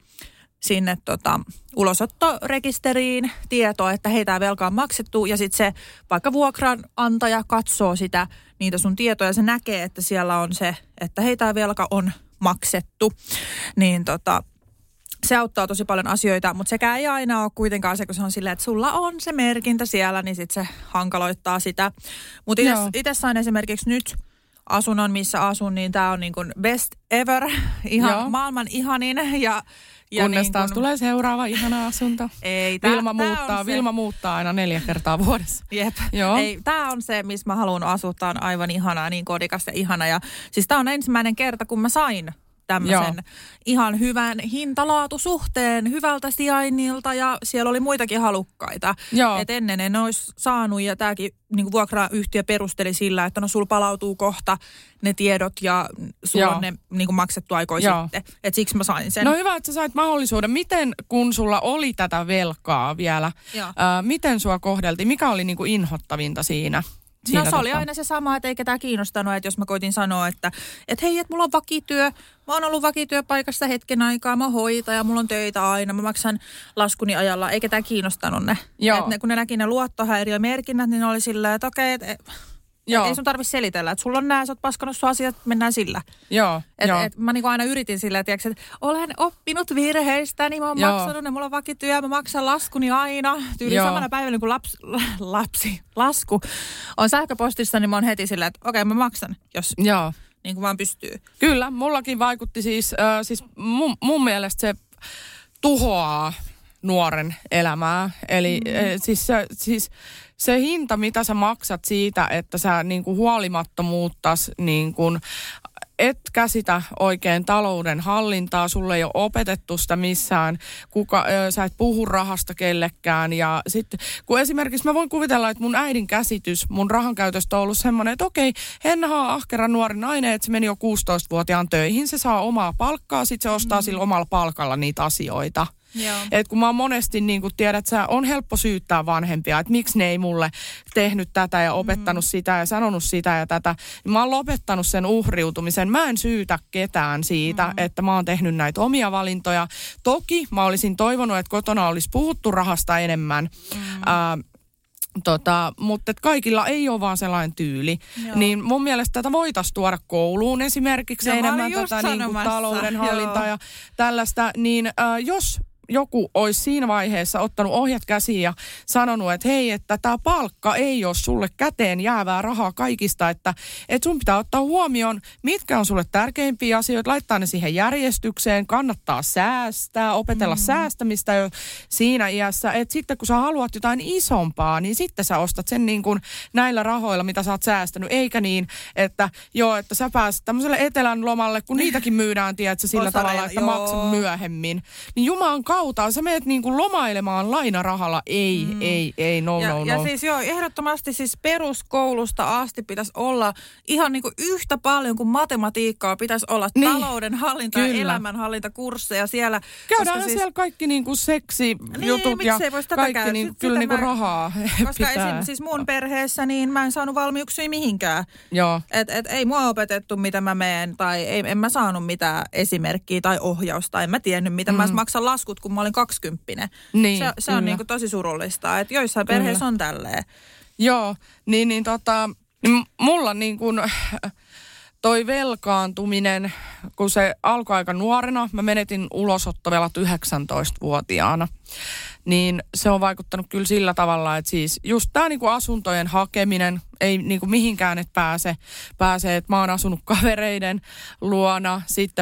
ulosottorekisteriin tietoa, että hei, tämä velka on maksettu ja sitten se vaikka vuokranantaja katsoo niitä sun tietoja ja se näkee, että siellä on se, että hei, tämä velka on maksettu. Niin se auttaa tosi paljon asioita, mutta sekään ei aina ole kuitenkaan se, kun se on silleen, että sulla on se merkintä siellä, niin sitten se hankaloittaa sitä. Mutta itse sain esimerkiksi nyt asunnon, missä asun, niin tämä on niin kuin best ever, ihan maailman ihanin kunnes niin taas tulee seuraava ihana asunto. Ei, Vilma muuttaa aina 4 kertaa vuodessa. Jep. Tämä on se, missä mä haluan asua. Tämä on aivan ihanaa, niin kodikas ja ihana. Ja siis tämä on ensimmäinen kerta, kun mä sain tämmöisen ihan hyvän hintalaatusuhteen hyvältä sijainnilta ja siellä oli muitakin halukkaita. Et ennen en olisi saanut ja tämäkin niin vuokrayhtiö perusteli sillä, että no sulla palautuu kohta ne tiedot ja sulla on ne niin maksettu aikoja sitten. Et siksi mä sain sen. No hyvä, että sä sait mahdollisuuden. Miten, kun sulla oli tätä velkaa vielä, miten sua kohdeltiin? Mikä oli niin inhottavinta siinä? No se oli aina se sama, että ei ketään kiinnostanut, että jos mä koitin sanoa, että hei, että mulla on vakityö, mä oon ollut vakityöpaikassa hetken aikaa, mä oon hoitaja, mulla on töitä aina, mä maksan laskuni ajalla, ei ketään kiinnostanut ne. Että kun ne näki ne luottohäiriömerkinnät, niin ne oli silleen, että okei, ei sun tarvitse selitellä, että sulla on nää, sä oot paskannut sun asiat, mennään sillä. Mä niinku aina yritin sillä, että olen oppinut virheistä, niin mä oon maksanut ne, mulla on vakityö, mä maksan laskuni aina. Tyyli samana päivänä, kun lasku on sähköpostissa, niin mä oon heti sillä, että okei, mä maksan, jos niin kuin vaan pystyy. Kyllä, mullakin vaikutti siis mun mielestä se tuhoaa nuoren elämää. Eli se hinta, mitä sä maksat siitä, että sä niinku huolimattomuuttas niinku et käsitä oikein talouden hallintaa, sulle ei ole opetettu sitä missään, sä et puhu rahasta kellekään. Ja sitten, kun esimerkiksi mä voin kuvitella, että mun äidin käsitys mun rahan käytöstä on ollut semmoinen, että okei, Hennahan on ahkera nuori nainen, että se meni jo 16-vuotiaan töihin, se saa omaa palkkaa, sitten se ostaa sillä omalla palkalla niitä asioita. Et kun mä oon monesti, niin kun tiedät, sä on helppo syyttää vanhempia, että miksi ne ei mulle tehnyt tätä ja opettanut sitä ja sanonut sitä ja tätä. Mä oon lopettanut sen uhriutumisen. Mä en syytä ketään siitä, että mä oon tehnyt näitä omia valintoja. Toki mä olisin toivonut, että kotona olisi puhuttu rahasta enemmän. Mutta kaikilla ei ole vaan sellainen tyyli. Joo. Niin mun mielestä tätä voitaisiin tuoda kouluun esimerkiksi enemmän niin kuin taloudenhallintaa ja tällaista. Niin jos joku olisi siinä vaiheessa ottanut ohjat käsiin ja sanonut, että hei, että tämä palkka ei ole sulle käteen jäävää rahaa kaikista, että sun pitää ottaa huomioon, mitkä on sulle tärkeimpiä asioita, laittaa ne siihen järjestykseen, kannattaa säästää, opetella säästämistä jo siinä iässä, että sitten kun sä haluat jotain isompaa, niin sitten sä ostat sen niin kuin näillä rahoilla, mitä sä oot säästänyt, eikä niin, että että sä pääset tämmöiselle etelän lomalle, kun niitäkin myydään, tiedätkö, sillä tavalla, että maksat myöhemmin. Niin Jumalan kautta, sä menet niin kuin lomailemaan lainarahalla. Ei, no. Ja siis ehdottomasti siis peruskoulusta asti pitäisi olla ihan niin kuin yhtä paljon kuin matematiikkaa pitäisi olla taloudenhallinta ja elämänhallintakursseja siellä. Käydään siis siellä kaikki niin kuin seksijutut ja kaikki niin, kyllä niin kuin rahaa koska esimerkiksi siis mun perheessä niin mä en saanut valmiuksia mihinkään. Joo. Et ei mua opetettu, mitä mä meen tai en mä saanut mitään esimerkkiä tai ohjausta. En mä tiennyt, mitä mä maksan laskut, kun mä olin 20. Niin, se on niinku tosi surullista, että joissain perheissä on tälleen. Joo, niin mulla niin kuin toi velkaantuminen, kun se alkoi aika nuorena, mä menetin ulosottovelat 19-vuotiaana, niin se on vaikuttanut kyllä sillä tavalla, että siis just tää niinku asuntojen hakeminen, ei niinku mihinkään et pääse, että mä oon asunut kavereiden luona, sitten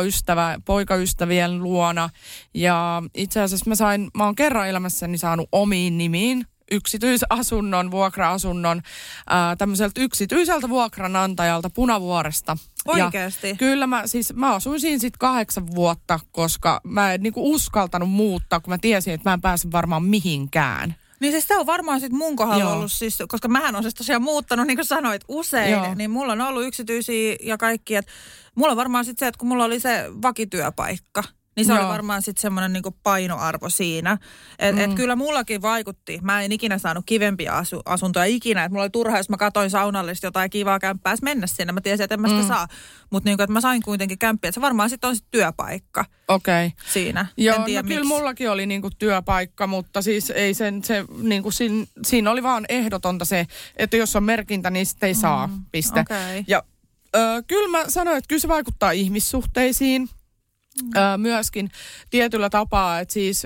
poikaystävien luona ja itse asiassa mä oon kerran elämässäni saanut omiin nimiin yksityisasunnon, vuokra-asunnon, tämmöiseltä yksityiseltä vuokranantajalta Punavuoresta. Oikeasti? Ja kyllä mä asuin siinä sitten 8 vuotta, koska mä en niinku uskaltanut muuttaa, kun mä tiesin, että mä en pääse varmaan mihinkään. Niin siis tämä on varmaan sitten mun kohdalla ollut siis, koska mähän on siis tosiaan muuttanut, niin kuin sanoit, usein, niin mulla on ollut yksityisiä ja kaikki, että mulla on varmaan sitten se, että kun mulla oli se vakityöpaikka, niin se oli varmaan sitten semmoinen niinku painoarvo siinä. Et kyllä mullakin vaikutti. Mä en ikinä saanut kivempiä asuntoja ikinä. Että mulla oli turha, jos mä katsoin saunallista jotain kivaa kämppää, mennä sinne. Mä tiesin, että en mä sitä saa. Mutta niinku, että mä sain kuitenkin kämppiä. Että se varmaan sitten on sit työpaikka siinä. Joo, en tiedä, kyllä mullakin oli niinku työpaikka, mutta siis ei niinku siinä oli vaan ehdotonta se, että jos on merkintä, niin sitten ei saa. Piste. Okay. Ja kyllä mä sanoin, että kyllä se vaikuttaa ihmissuhteisiin. Myöskin tietyllä tapaa, että siis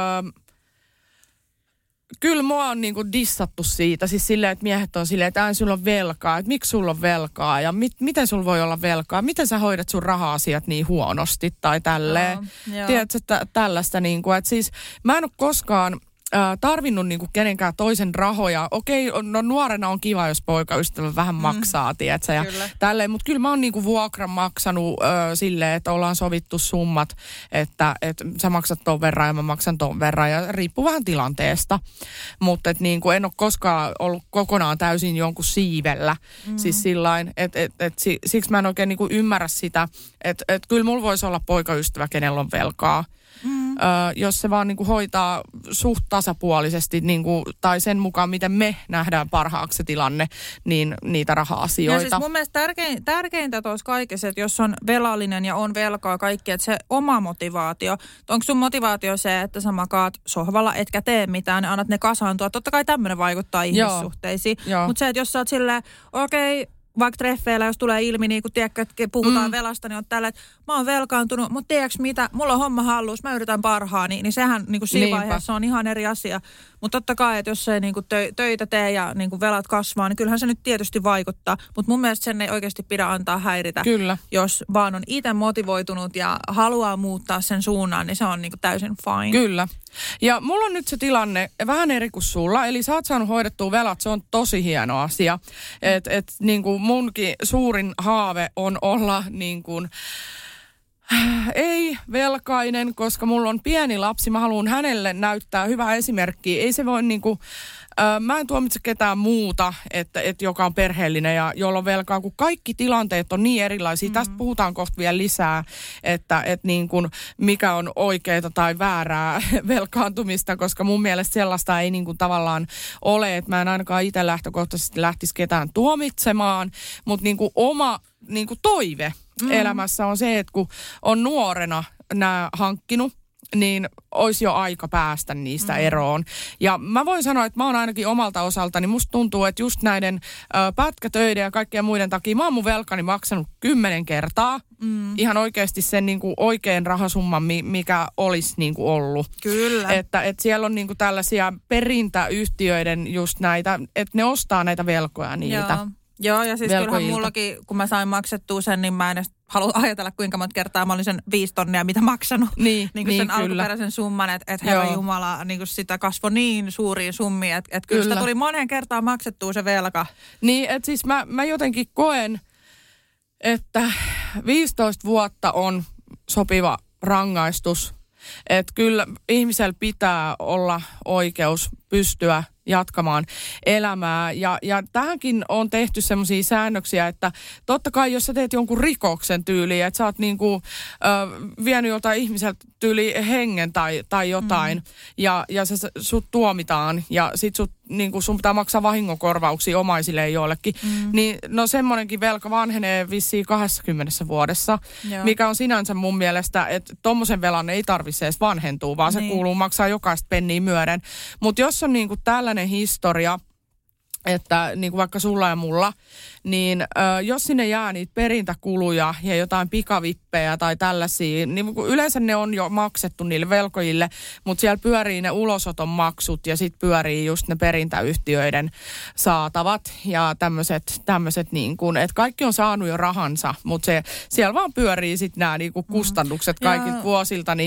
kyllä mua on niinku dissattu siitä, siis silleen, että miehet on silleen, että sulla on velkaa, että miksi sulla on velkaa ja miten sulla voi olla velkaa, miten sä hoidat sun raha-asiat niin huonosti tai tälleen. Tiedätkö, että tällaista niinku, että siis mä en ole koskaan tarvinnut niinku kenenkään toisen rahoja. Okei, no nuorena on kiva, jos poikaystävä vähän maksaa, tiedätkö, ja tälleen. Mutta kyllä mä oon niinku vuokran maksanut silleen, että ollaan sovittu summat, että sä maksat ton verran ja mä maksan ton verran, ja riippuu vähän tilanteesta. Mutta niinku en ole koskaan ollut kokonaan täysin jonkun siivellä. Siis sillain, että siksi mä en oikein niinku ymmärrä sitä, että kyllä mulla voisi olla poikaystävä, kenellä on velkaa. Jos se vaan niinku hoitaa suht tasapuolisesti niinku, tai sen mukaan, miten me nähdään parhaaksi se tilanne, niin niitä raha-asioita. Ja siis mun mielestä tärkeintä tuossa kaikessa, että jos on velallinen ja on velkaa kaikki, että se oma motivaatio. Onko sun motivaatio se, että sä makaat sohvalla, etkä tee mitään, ne annat ne kasaantua. Totta kai tämmöinen vaikuttaa ihmissuhteisiin. Mutta se, että jos sä oot silleen, okei, vaikka treffeillä, jos tulee ilmi, niin kun tiedätkö, että puhutaan velasta, niin on tällä, että mä oon velkaantunut, mutta tiedätkö mitä, mulla on homma halluus, mä yritän parhaani, niin sehän niin kuin siinä vaiheessa on ihan eri asia. Mutta totta kai, että jos se niin kuin töitä tee ja niin kuin velat kasvaa, niin kyllähän se nyt tietysti vaikuttaa. Mutta mun mielestä sen ei oikeasti pidä antaa häiritä. Kyllä. Jos vaan on itse motivoitunut ja haluaa muuttaa sen suunnan, niin se on niin kuin täysin fine. Kyllä. Ja mulla on nyt se tilanne vähän eri kuin sulla, eli sä oot saanut hoidettua velat, se on tosi hieno asia. Et niin kuin munkin suurin haave on olla niin kuin ei velkainen, koska mulla on pieni lapsi, mä haluan hänelle näyttää hyvää esimerkkiä. Ei se voi niinku, mä en tuomitse ketään muuta, että joka on perheellinen ja jolla on velkaa, kun kaikki tilanteet on niin erilaisia. Tästä puhutaan kohta vielä lisää, että niin kuin mikä on oikeaa tai väärää velkaantumista, koska mun mielestä sellaista ei niin kuin tavallaan ole, että mä en ainakaan itse lähtökohtaisesti lähtisi ketään tuomitsemaan, mutta niin kuin oma niin kuin toive elämässä on se, että kun on nuorena nämä hankkinut, niin olisi jo aika päästä niistä eroon. Ja mä voin sanoa, että mä oon ainakin omalta osaltani, musta tuntuu, että just näiden pätkätöiden ja kaikkien muiden takia mä oon mun velkani maksanut 10 kertaa. Ihan oikeasti sen niin kuin oikein rahasumman, mikä olisi niin kuin ollut. Kyllä. Että siellä on niin kuin tällaisia perintäyhtiöiden just näitä, että ne ostaa näitä velkoja niiltä. Joo, ja siis kyllähän mullakin, kun mä sain maksettua sen, niin mä en edes halua ajatella, kuinka monta kertaa mä olin sen 5 tonnia, mitä maksanut. Niin sen alkuperäisen summan, että Herra Jumala, niin kuin sitä kasvoi niin suuriin summiin, että kyllä sitä tuli moneen kertaan maksettua se velka. Niin, että siis mä jotenkin koen, että 15 vuotta on sopiva rangaistus. Että kyllä ihmisellä pitää olla oikeus pystyä jatkamaan elämää. Ja tähänkin on tehty semmoisia säännöksiä, että totta kai jos sä teet jonkun rikoksen tyyliin, että sä oot niinku vienyt jotain ihmiseltä tyyliin hengen tai jotain, ja sut tuomitaan, ja sit niinku sun pitää maksaa vahingonkorvauksia omaisille jollekin, niin no semmoinenkin velka vanhenee vissiin 20 vuodessa, mikä on sinänsä mun mielestä, että tommosen velan ei tarvitse edes vanhentua, vaan se kuuluu maksaa jokaista penniä myöden. Mutta jos on niinku tällainen historia, että niin kuin vaikka sulla ja mulla, niin jos sinne jää niitä perintäkuluja ja jotain pikavippejä tai tällaisia, niin yleensä ne on jo maksettu niille velkojille, mutta siellä pyörii ne ulosoton maksut ja sitten pyörii just ne perintäyhtiöiden saatavat ja tämmöiset niin kuin, että kaikki on saanut jo rahansa, mutta siellä vaan pyörii sitten nämä niin kuin kustannukset kaikilta vuosilta,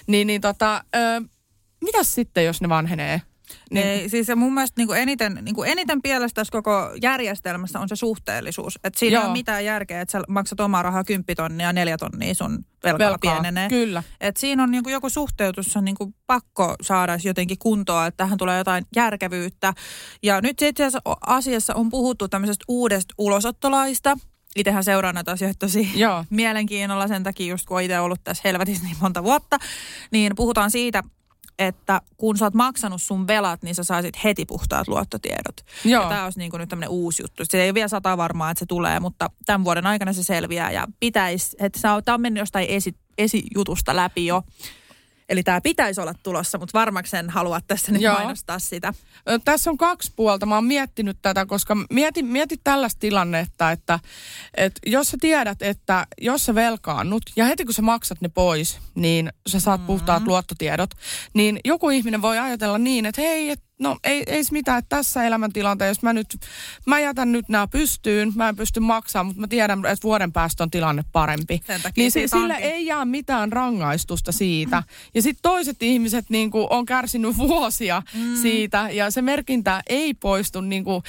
mitäs sitten, jos ne vanhenee? Niin. Ei, siis mun mielestä eniten pielessä tässä koko järjestelmässä on se suhteellisuus. Että siinä ei ole mitään järkeä, että sä maksat omaa rahaa 10 tonnia ja 4 tonnia sun velkaa pienenee. Kyllä. Että siinä on joku suhteutus, on pakko saada jotenkin kuntoon, että tähän tulee jotain järkevyyttä. Ja nyt itse asiassa on puhuttu tämmöisestä uudesta ulosottolaista. Itsehän seuraan näitä asioita tosi mielenkiinnolla sen takia, just kun olen itse ollut tässä helvetissä niin monta vuotta, niin puhutaan siitä, että kun sä oot maksanut sun velat, niin sä saisit heti puhtaat luottotiedot. Joo. Ja tää olisi niin kuin nyt tämmöinen uusi juttu. Se ei ole vielä 100 varmaa, että se tulee, mutta tämän vuoden aikana se selviää. Ja pitäisi, että tää on mennyt jostain esijutusta läpi jo. Eli tämä pitäisi olla tulossa, mutta varmaksi en halua tässä nyt mainostaa sitä. Tässä on 2 puolta. Mä oon miettinyt tätä, koska mieti tällaista tilannetta, että jos sä tiedät, että jos sä velkaannut ja heti kun sä maksat ne pois, niin sä saat puhtaat luottotiedot, niin joku ihminen voi ajatella niin, että hei, no ei se mitään, että tässä elämäntilanteessa mä jätän nyt nämä pystyyn, mä en pysty maksamaan, mutta mä tiedän, että vuoden päästä on tilanne parempi. Niin sille ei jää mitään rangaistusta siitä. Ja sitten toiset ihmiset niinku on kärsinyt vuosia siitä ja se merkintä ei poistu niinku,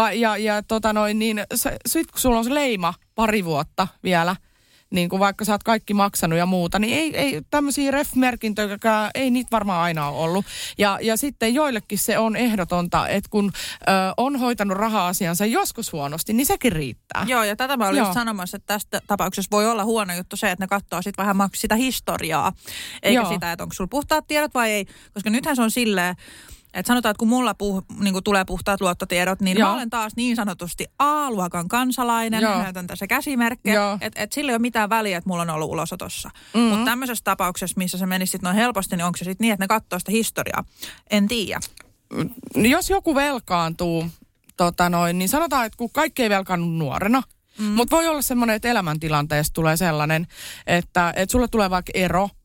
sit kun sulla on se leima pari vuotta vielä, niin kuin vaikka sä oot kaikki maksanut ja muuta, niin ei tämmöisiä ref-merkintöjä, ei niitä varmaan aina ole ollut. Ja sitten joillekin se on ehdotonta, että kun on hoitanut raha-asiansa joskus huonosti, niin sekin riittää. Joo, ja tätä mä olin just sanomassa, että tästä tapauksessa voi olla huono juttu se, että ne katsoo sitten vähän sitä historiaa, eikä sitä, että onko sulla puhtaat tiedot vai ei. Koska nythän se on silleen, että sanotaan, että kun mulla tulee puhtaat luottotiedot, niin mä olen taas niin sanotusti A-luokan kansalainen. Näytän tässä käsimerkkejä. Että sillä ei ole mitään väliä, että mulla on ollut ulosotossa. Mutta tämmöisessä tapauksessa, missä se menisi sitten noin helposti, niin onko se sitten niin, että ne katsoo sitä historiaa? En tiedä. Jos joku velkaantuu, niin sanotaan, että kun kaikki ei velkaannut nuorena, mutta voi olla semmoinen, että elämäntilanteesta tulee sellainen, että sulle tulee vaikka ero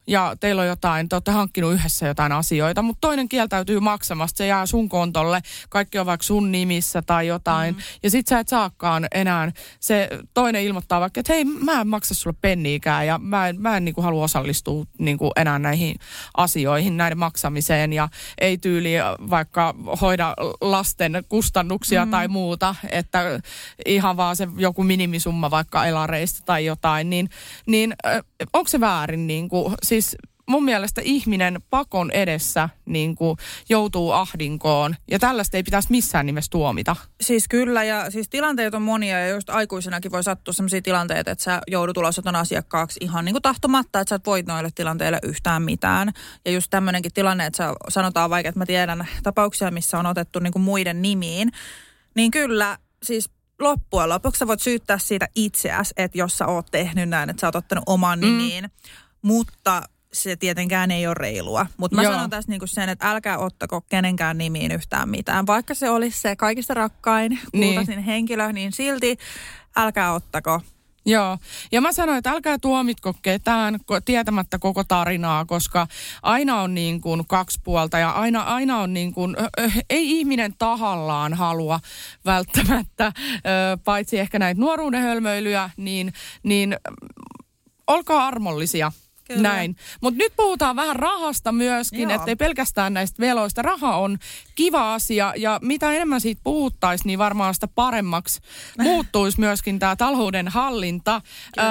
ja teillä on jotain, te olette hankkinut yhdessä jotain asioita, mutta toinen kieltäytyy maksamasta, se jää sun kontolle, kaikki on vaikka sun nimissä tai jotain, ja sit sä et saakaan enää, se toinen ilmoittaa vaikka, että hei, mä en maksa sulle penniikään, ja mä en niinku halua osallistua niinku enää näihin asioihin, näiden maksamiseen, ja ei tyyli vaikka hoida lasten kustannuksia tai muuta, että ihan vaan se joku minimisumma vaikka elareista tai jotain, niin onko se väärin niinku, siis mun mielestä ihminen pakon edessä niin kuin joutuu ahdinkoon ja tällaista ei pitäisi missään nimessä tuomita. Siis kyllä ja siis tilanteet on monia ja just aikuisenakin voi sattua sellaisia tilanteita, että sä joudut ulosoton asiakkaaksi ihan niin kuin tahtomatta, että sä et voit noille tilanteille yhtään mitään. Ja just tämmöinenkin tilanne, että sanotaan vaikka, että mä tiedän tapauksia, missä on otettu niin kuin muiden nimiin, niin kyllä siis loppujen lopuksi sä voit syyttää siitä itseäsi, että jos sä oot tehnyt näin, että sä oot ottanut oman nimiin, mutta se tietenkään ei ole reilua. Mutta mä sanon tässä niinku sen, että älkää ottako kenenkään nimiin yhtään mitään. Vaikka se olisi se kaikista rakkain, kultaisin henkilö, niin silti älkää ottako. Joo, ja mä sanoin, että älkää tuomitko ketään tietämättä koko tarinaa, koska aina on niin kuin kaksi puolta ja aina on niin kuin, ei ihminen tahallaan halua välttämättä, paitsi ehkä näitä nuoruuden hölmöilyjä, niin olkaa armollisia. Kyllä. Näin. Mutta nyt puhutaan vähän rahasta myöskin, ettei pelkästään näistä veloista. Raha on kiva asia ja mitä enemmän siitä puhuttaisiin, niin varmaan sitä paremmaksi muuttuisi myöskin tämä talouden hallinta.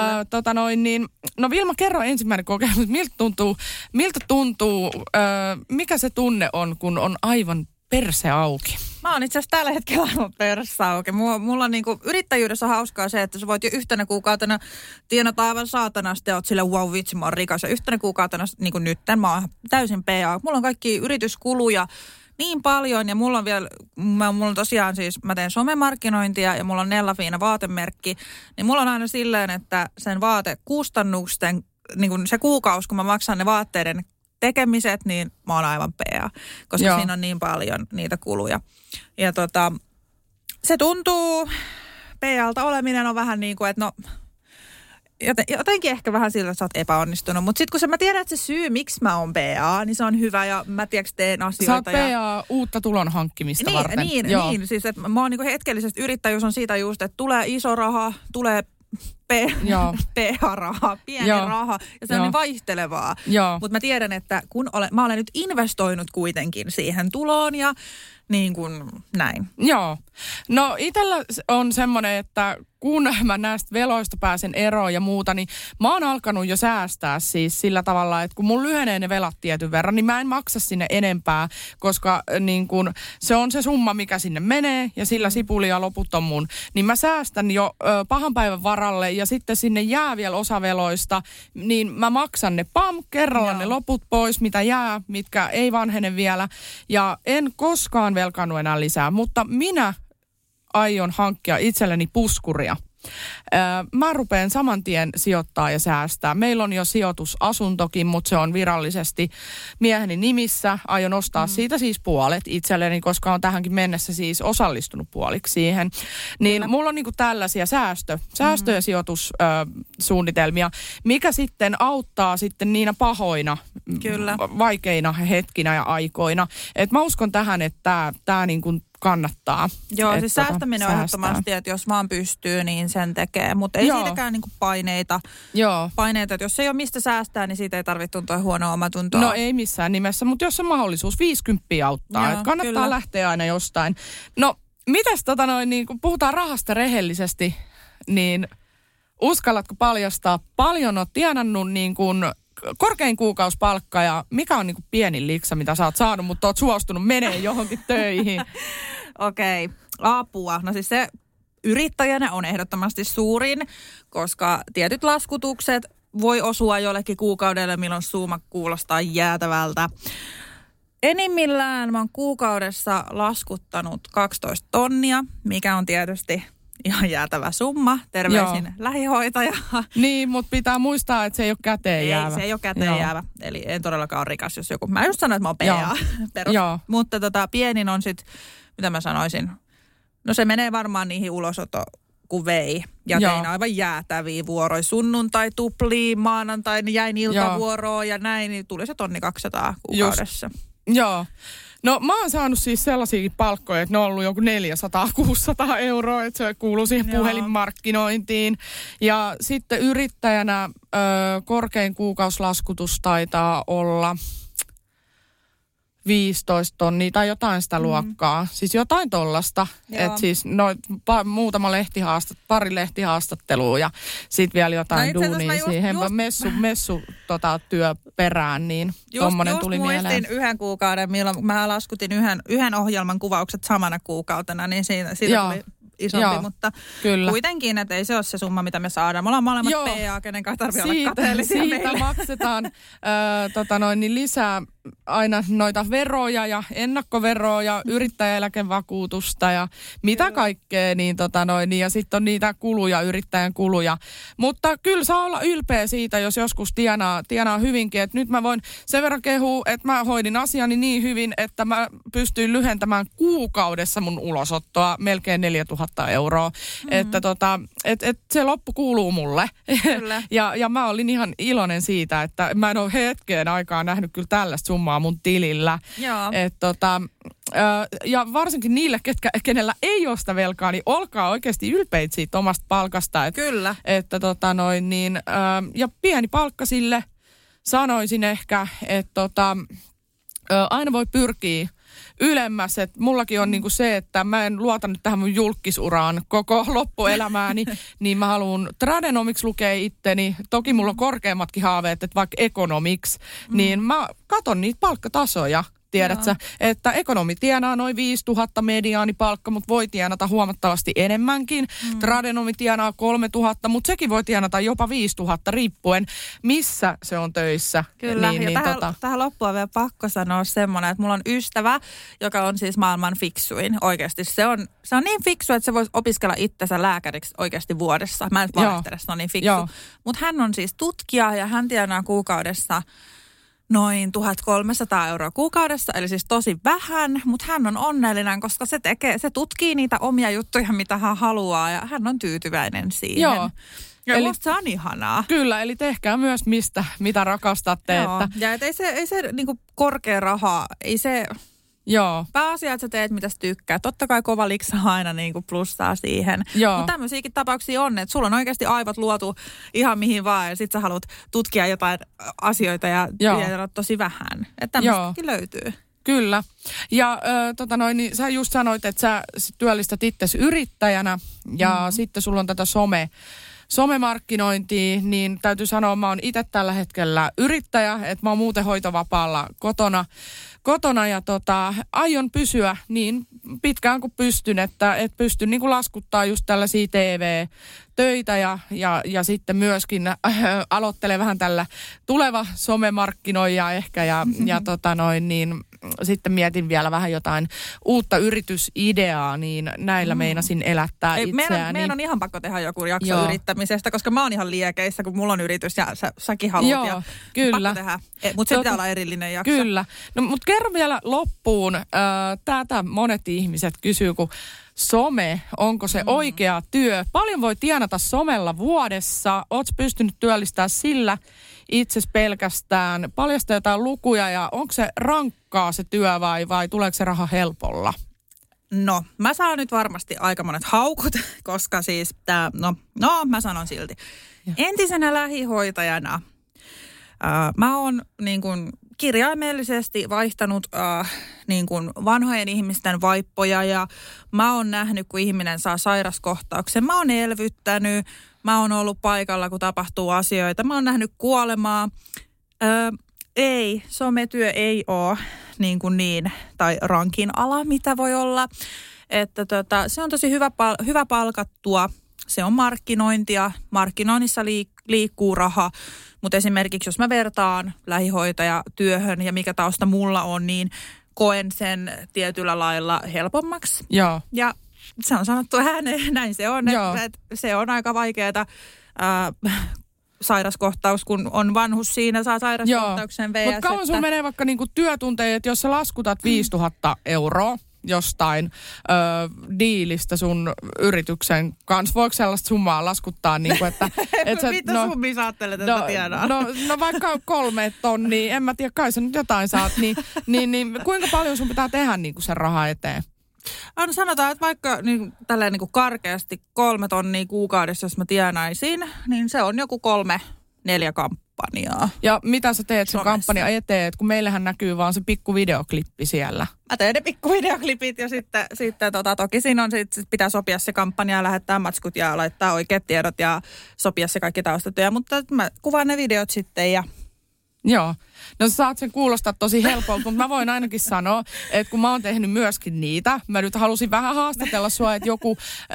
No Vilma, kerro ensimmäinen kokemus. Miltä tuntuu, mikä se tunne on, kun on aivan perse auki? Mä oon itse asiassa tällä hetkellä aivan perse auki. Mulla on niinku yrittäjyydessä hauskaa se, että sä voit jo yhtenä kuukautena tienata aivan saatanasti ja oot silleen, wow vitsi, mä oon rikas. Ja yhtenä kuukautena, niin kuin nytten, mä oon täysin PA. Mulla on kaikki yrityskuluja niin paljon ja mulla on tosiaan siis, mä teen somemarkkinointia ja mulla on Nellafiina vaatemerkki. Niin mulla on aina silleen, että sen vaatekustannusten, niin kuin se kuukausi, kun mä maksan ne vaatteiden tekemiset, niin mä oon aivan PA, koska siinä on niin paljon niitä kuluja. Ja se tuntuu, PAlta oleminen on vähän niin kuin, että no, jotenkin ehkä vähän siltä, että sä oot epäonnistunut. Mutta sitten kun mä tiedän, että se syy, miksi mä oon PA, niin se on hyvä ja mä teen asioita. Sä oot PA uutta tulon hankkimista varten. Niin, siis että mä oon niin kuin hetkellisesti yrittäjyys on siitä just, että tulee iso raha, tulee PH-raha, pieni raha, ja se on niin vaihtelevaa. Mutta mä tiedän, että mä olen nyt investoinut kuitenkin siihen tuloon ja niin kuin näin. Joo. No itsellä on semmoinen, että kun mä näistä veloista pääsen eroon ja muuta, niin mä oon alkanut jo säästää siis sillä tavalla, että kun mun lyhenee ne velat tietyn verran, niin mä en maksa sinne enempää, koska niin kun se on se summa, mikä sinne menee ja sillä sipuli ja loput on mun. Niin mä säästän jo pahan päivän varalle ja sitten sinne jää vielä osa veloista, niin mä maksan ne kerralla ne loput pois, mitä jää, mitkä ei vanhene vielä. Ja en koskaan velkaannu enää lisää, mutta minä aion hankkia itselleni puskuria. Mä rupean saman tien sijoittaa ja säästää. Meillä on jo sijoitusasuntokin, mutta se on virallisesti mieheni nimissä. Aion ostaa siitä siis puolet itselleni, koska on tähänkin mennessä siis osallistunut puoliksi siihen. Niin mulla on niinku tällaisia säästö- ja sijoitussuunnitelmia, mikä sitten auttaa sitten niinä pahoina, vaikeina hetkinä ja aikoina. Et mä uskon tähän, että tää niinku kannattaa. Joo, siis säästäminen on ehdottomasti, että jos vaan pystyy, niin sen tekee. Mutta ei siitäkään niinku paineita. Paineita, että jos ei ole mistä säästää, niin siitä ei tarvitse tuntua huonoa omatuntoa. No ei missään nimessä, mutta jos on mahdollisuus, 50 auttaa. Että kannattaa lähteä aina jostain. No, mitäs niin kun puhutaan rahasta rehellisesti, niin uskallatko paljastaa, paljon oot tienannut niin kun korkein kuukausipalkka ja mikä on niinku pienin liksa, mitä sä oot saanut, mutta oot suostunut menee johonkin töihin? Okei, apua. No siis se yrittäjänä on ehdottomasti suurin, koska tietyt laskutukset voi osua jollekin kuukaudelle, milloin suuma kuulostaa jäätävältä. Enimmillään mä oon kuukaudessa laskuttanut 12 tonnia, mikä on tietysti ihan jäätävä summa. Terveisin lähihoitaja. Niin, mutta pitää muistaa, että se ei ole käteen jäävä. Ei, se ei ole käteen jäävä. Eli en todellakaan ole rikas, jos joku. Mä just sanoin, että mä oon PA. Mutta pienin on sitten, mitä mä sanoisin, no se menee varmaan niihin kun vei. Ja tein aivan jäätäviä vuoroja. Sunnuntai tupliin, maanantai niin jäin iltavuoroon ja näin, niin tuli se 1,200 kuukaudessa. Joo. No mä oon saanut siis sellaisia palkkoja, että ne on ollut joku 400-600 euroa, että se kuuluu siihen puhelinmarkkinointiin. Ja sitten yrittäjänä korkein kuukausilaskutus taitaa olla 15 tonnia tai jotain sitä luokkaa. Siis jotain tollasta. Että siis muutama pari lehtihaastattelua ja sitten vielä jotain duunia siihen. Messu työperään, niin tommonen tuli mieleen. Muistin yhden kuukauden, milloin mä laskutin yhden ohjelman kuvaukset samana kuukautena, niin siitä tuli isompi, mutta kuitenkin, että ei se ole se summa, mitä me saadaan. Me ollaan molemmat PA, kenen kanssa tarvitsee olla kateellisia meille. Siitä maksetaan niin lisää aina noita veroja ja ennakkoveroja, yrittäjäeläkevakuutusta ja mitä kaikkea, niin ja sitten on niitä kuluja, yrittäjän kuluja. Mutta kyllä saa olla ylpeä siitä, jos joskus tienaa hyvinkin, että nyt mä voin sen verran kehua, että mä hoidin asiani niin hyvin, että mä pystyin lyhentämään kuukaudessa mun ulosottoa melkein 4,000 euroa. Että se loppu kuuluu mulle. Kyllä. ja mä olin ihan iloinen siitä, että mä en ole hetkeen aikaa nähnyt kyllä tällaista summaa mun tilillä. Ja varsinkin niille, kenellä ei ole sitä velkaa, niin olkaa oikeasti ylpeitä siitä omasta palkasta. Kyllä. Ja pieni palkka sille sanoisin ehkä, että aina voi pyrkiä ylemmäs, että mullakin on niinku se, että mä en luota nyt tähän mun julkisuraan koko loppuelämääni, niin mä haluan tradenomiksi lukea itteni. Toki mulla on korkeammatkin haaveet, että vaikka ekonomiksi, niin mä katon niitä palkkatasoja. Tiedätkö, että ekonomi tienaa noin 5 000 mediaanipalkka, mutta voi tienata huomattavasti enemmänkin. Tradenomi tienaa 3 000, mutta sekin voi tienata jopa 5 000 riippuen, missä se on töissä. Kyllä, tähän loppuun on vielä pakko sanoa semmoinen, että mulla on ystävä, joka on siis maailman fiksuin oikeasti. Se on niin fiksu, että se voisi opiskella itsensä lääkäriksi oikeasti vuodessa. Mä en nyt valehtele, se on niin fiksu. Mutta hän on siis tutkija ja hän tienaa kuukaudessa noin 1,300 euroa kuukaudessa, eli siis tosi vähän, mutta hän on onnellinen, koska se tutkii niitä omia juttuja, mitä hän haluaa, ja hän on tyytyväinen siihen. Joo. Ja se on ihanaa. Kyllä, eli tehkää myös mitä rakastatte. Joo. Ja ei se niinku korkea raha, ei se... Joo. Pääasia, että sä teet, mitä sä tykkää. Totta kai kova liksa aina niin kuin plussaa siihen. Mutta tämmöisiäkin tapauksia on, että sulla on oikeasti aivot luotu ihan mihin vaan ja sit sä haluat tutkia jotain asioita ja tiedä tosi vähän. Että tämmöistäkin löytyy. Kyllä. Ja niin sä just sanoit, että sä työllistät itsesi yrittäjänä ja sitten sulla on tätä somemarkkinointia, niin täytyy sanoa, mä oon itse tällä hetkellä yrittäjä, että mä oon muuten hoitovapaalla kotona ja aion pysyä niin pitkään kuin pystyn, että pystyn niin kuin laskuttaa just tällaisia TV-töitä ja sitten myöskin aloittelen vähän tällä tuleva somemarkkinoija ehkä ja sitten mietin vielä vähän jotain uutta yritysideaa, niin näillä meinasin elättää itseäni. Meidän on ihan pakko tehdä joku jakso yrittämisestä, koska mä oon ihan liekeissä, kun mulla on yritys ja säkin haluat. Joo, kyllä. Pakko tehdä. Mutta se pitää olla erillinen jakso. Kyllä. No, mutta kerro vielä loppuun. Tätä monet ihmiset kysyy, kun some, onko se oikea työ? Paljon voi tienata somella vuodessa? Ootko pystynyt työllistämään sillä itses pelkästään? Paljasta jotain lukuja ja onko se rankkaa se työ vai tuleeko se raha helpolla? No, mä saan nyt varmasti aika monet haukut, koska siis mä sanon silti. Entisenä lähihoitajana mä oon niin kuin kirjaimellisesti vaihtanut niin kuin vanhojen ihmisten vaippoja ja mä oon nähnyt, kun ihminen saa sairaskohtauksen. Mä oon elvyttänyt, mä oon ollut paikalla, kun tapahtuu asioita. Mä oon nähnyt kuolemaa. Sometyö ei ole niin tai rankin ala, mitä voi olla. Että se on tosi hyvä palkattua. Se on markkinointia. Markkinoinnissa liikkuu raha. Mutta esimerkiksi jos mä vertaan lähihoitajatyöhön ja mikä tausta mulla on, niin koen sen tietyllä lailla helpommaksi. Joo. Ja se on sanottu ääneen, näin se on. Että se on aika vaikeaa sairaskohtaus, kun on vanhus siinä, saa sairaskohtauksen vs. Mutta kauan sun menee vaikka niinku työtunteja, että jos sä laskutat 5 000 euroa, jostain diilistä sun yrityksen kanssa? Voiko sellaista summaa laskuttaa? Niin kuin, että, mitä summia sä ajattelet, että tiedän? No vaikka 3 tonnia, en mä tiedä, kai sä nyt jotain saat, niin kuinka paljon sun pitää tehdä niin kuin sen rahan eteen? Sanotaan, että vaikka niin, tälleen niin kuin karkeasti 3 tonnia kuukaudessa, jos mä tienaisin, niin se on joku 3-4 kampanjaa. Ja mitä sä teet sen kampanjan eteen, kun meillähän näkyy vaan se pikku videoklippi siellä? Mä teen ne pikku videoklipit ja sitten toki siinä on sit pitää sopia se kampanja ja lähettää matskut ja laittaa oikeat tiedot ja sopia se kaikki taustatyö, mutta mä kuvaan ne videot sitten ja... Joo. No sä saat sen kuulostaa tosi helpolta, mutta mä voin ainakin sanoa, että kun mä oon tehnyt myöskin niitä, mä nyt halusin vähän haastatella sua, että joku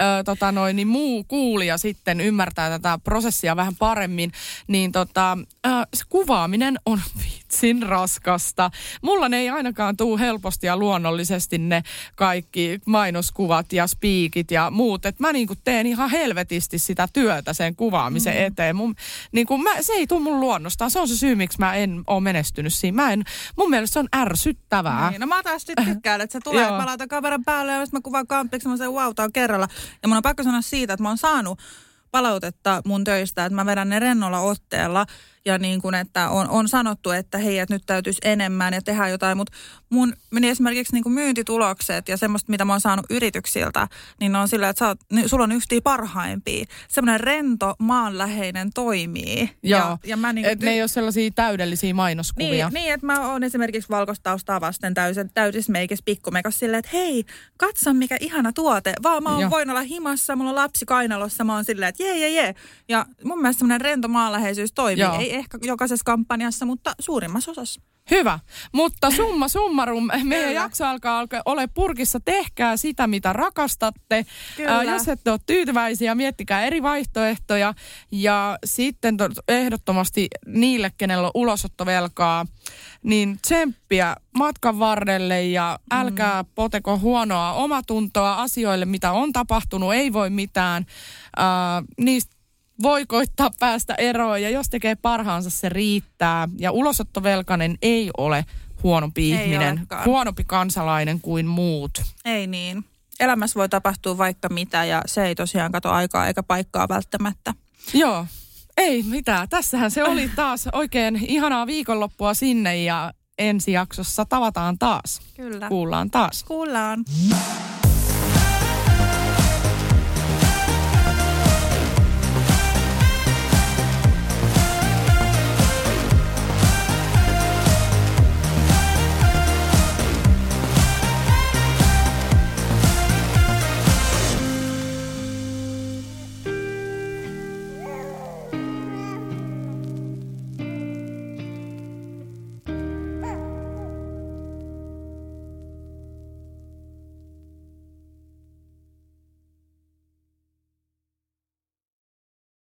muu kuulija sitten ymmärtää tätä prosessia vähän paremmin, niin se kuvaaminen on vitsin raskasta. Mulla ne ei ainakaan tule helposti ja luonnollisesti ne kaikki mainoskuvat ja spiikit ja muut, että mä niinku teen ihan helvetisti sitä työtä sen kuvaamisen eteen. Se ei tule mun luonnostaan, se on se syy, miksi mä en ole menestynyt siinä. Mun mielestä se on ärsyttävää. Niin, no mä taas tykkään, että se tulee, että mä laitan kameran päälle ja sitten mä kuvaan kampiksi, mä sanon, tää on kerralla. Ja mun on pakko sanoa siitä, että mä oon saanut palautetta mun töistä, että mä vedän ne rennolla otteella ja niin kuin, että on sanottu, että hei, että nyt täytyisi enemmän ja tehdä jotain, mutta mun meni esimerkiksi niin kuin myyntitulokset ja semmoista, mitä mä oon saanut yrityksiltä, niin ne on sillä, että sulla on yhtiä parhaimpia. Semmoinen rento, maanläheinen toimii. Joo, ja mä niin että ne ei ole sellaisia täydellisiä mainoskuvia. Niin, että mä oon esimerkiksi valkoistaustaa vasten täysissä meikissä pikkumekas silleen, että hei, katso mikä ihana tuote. Vaan mä voin olla himassa, mulla on lapsi kainalossa, mä oon silleen, että jee. Ja mun mielestä semmoinen rento maanläheisyys toimii. Joo. Ei ehkä jokaisessa kampanjassa, mutta suurimmassa osassa. Hyvä, mutta summa summarum, meidän jakso alkaa ole purkissa. Tehkää sitä, mitä rakastatte. Jos ette ole tyytyväisiä, miettikää eri vaihtoehtoja. Ja sitten ehdottomasti niille, kenellä on ulosottovelkaa, niin tsemppiä matkan varrelle ja älkää poteko huonoa omatuntoa asioille, mitä on tapahtunut. Ei voi mitään. Niistä voi koittaa päästä eroon ja jos tekee parhaansa, se riittää. Ja ulosottovelkainen ei ole huonompi ihminen, huonompi kansalainen kuin muut. Ei niin. Elämässä voi tapahtua vaikka mitä ja se ei tosiaan kato aikaa eikä paikkaa välttämättä. Joo, ei mitään. Tässähän se oli taas oikein ihanaa viikonloppua sinne ja ensi jaksossa tavataan taas. Kyllä. Kuullaan taas. Kuullaan.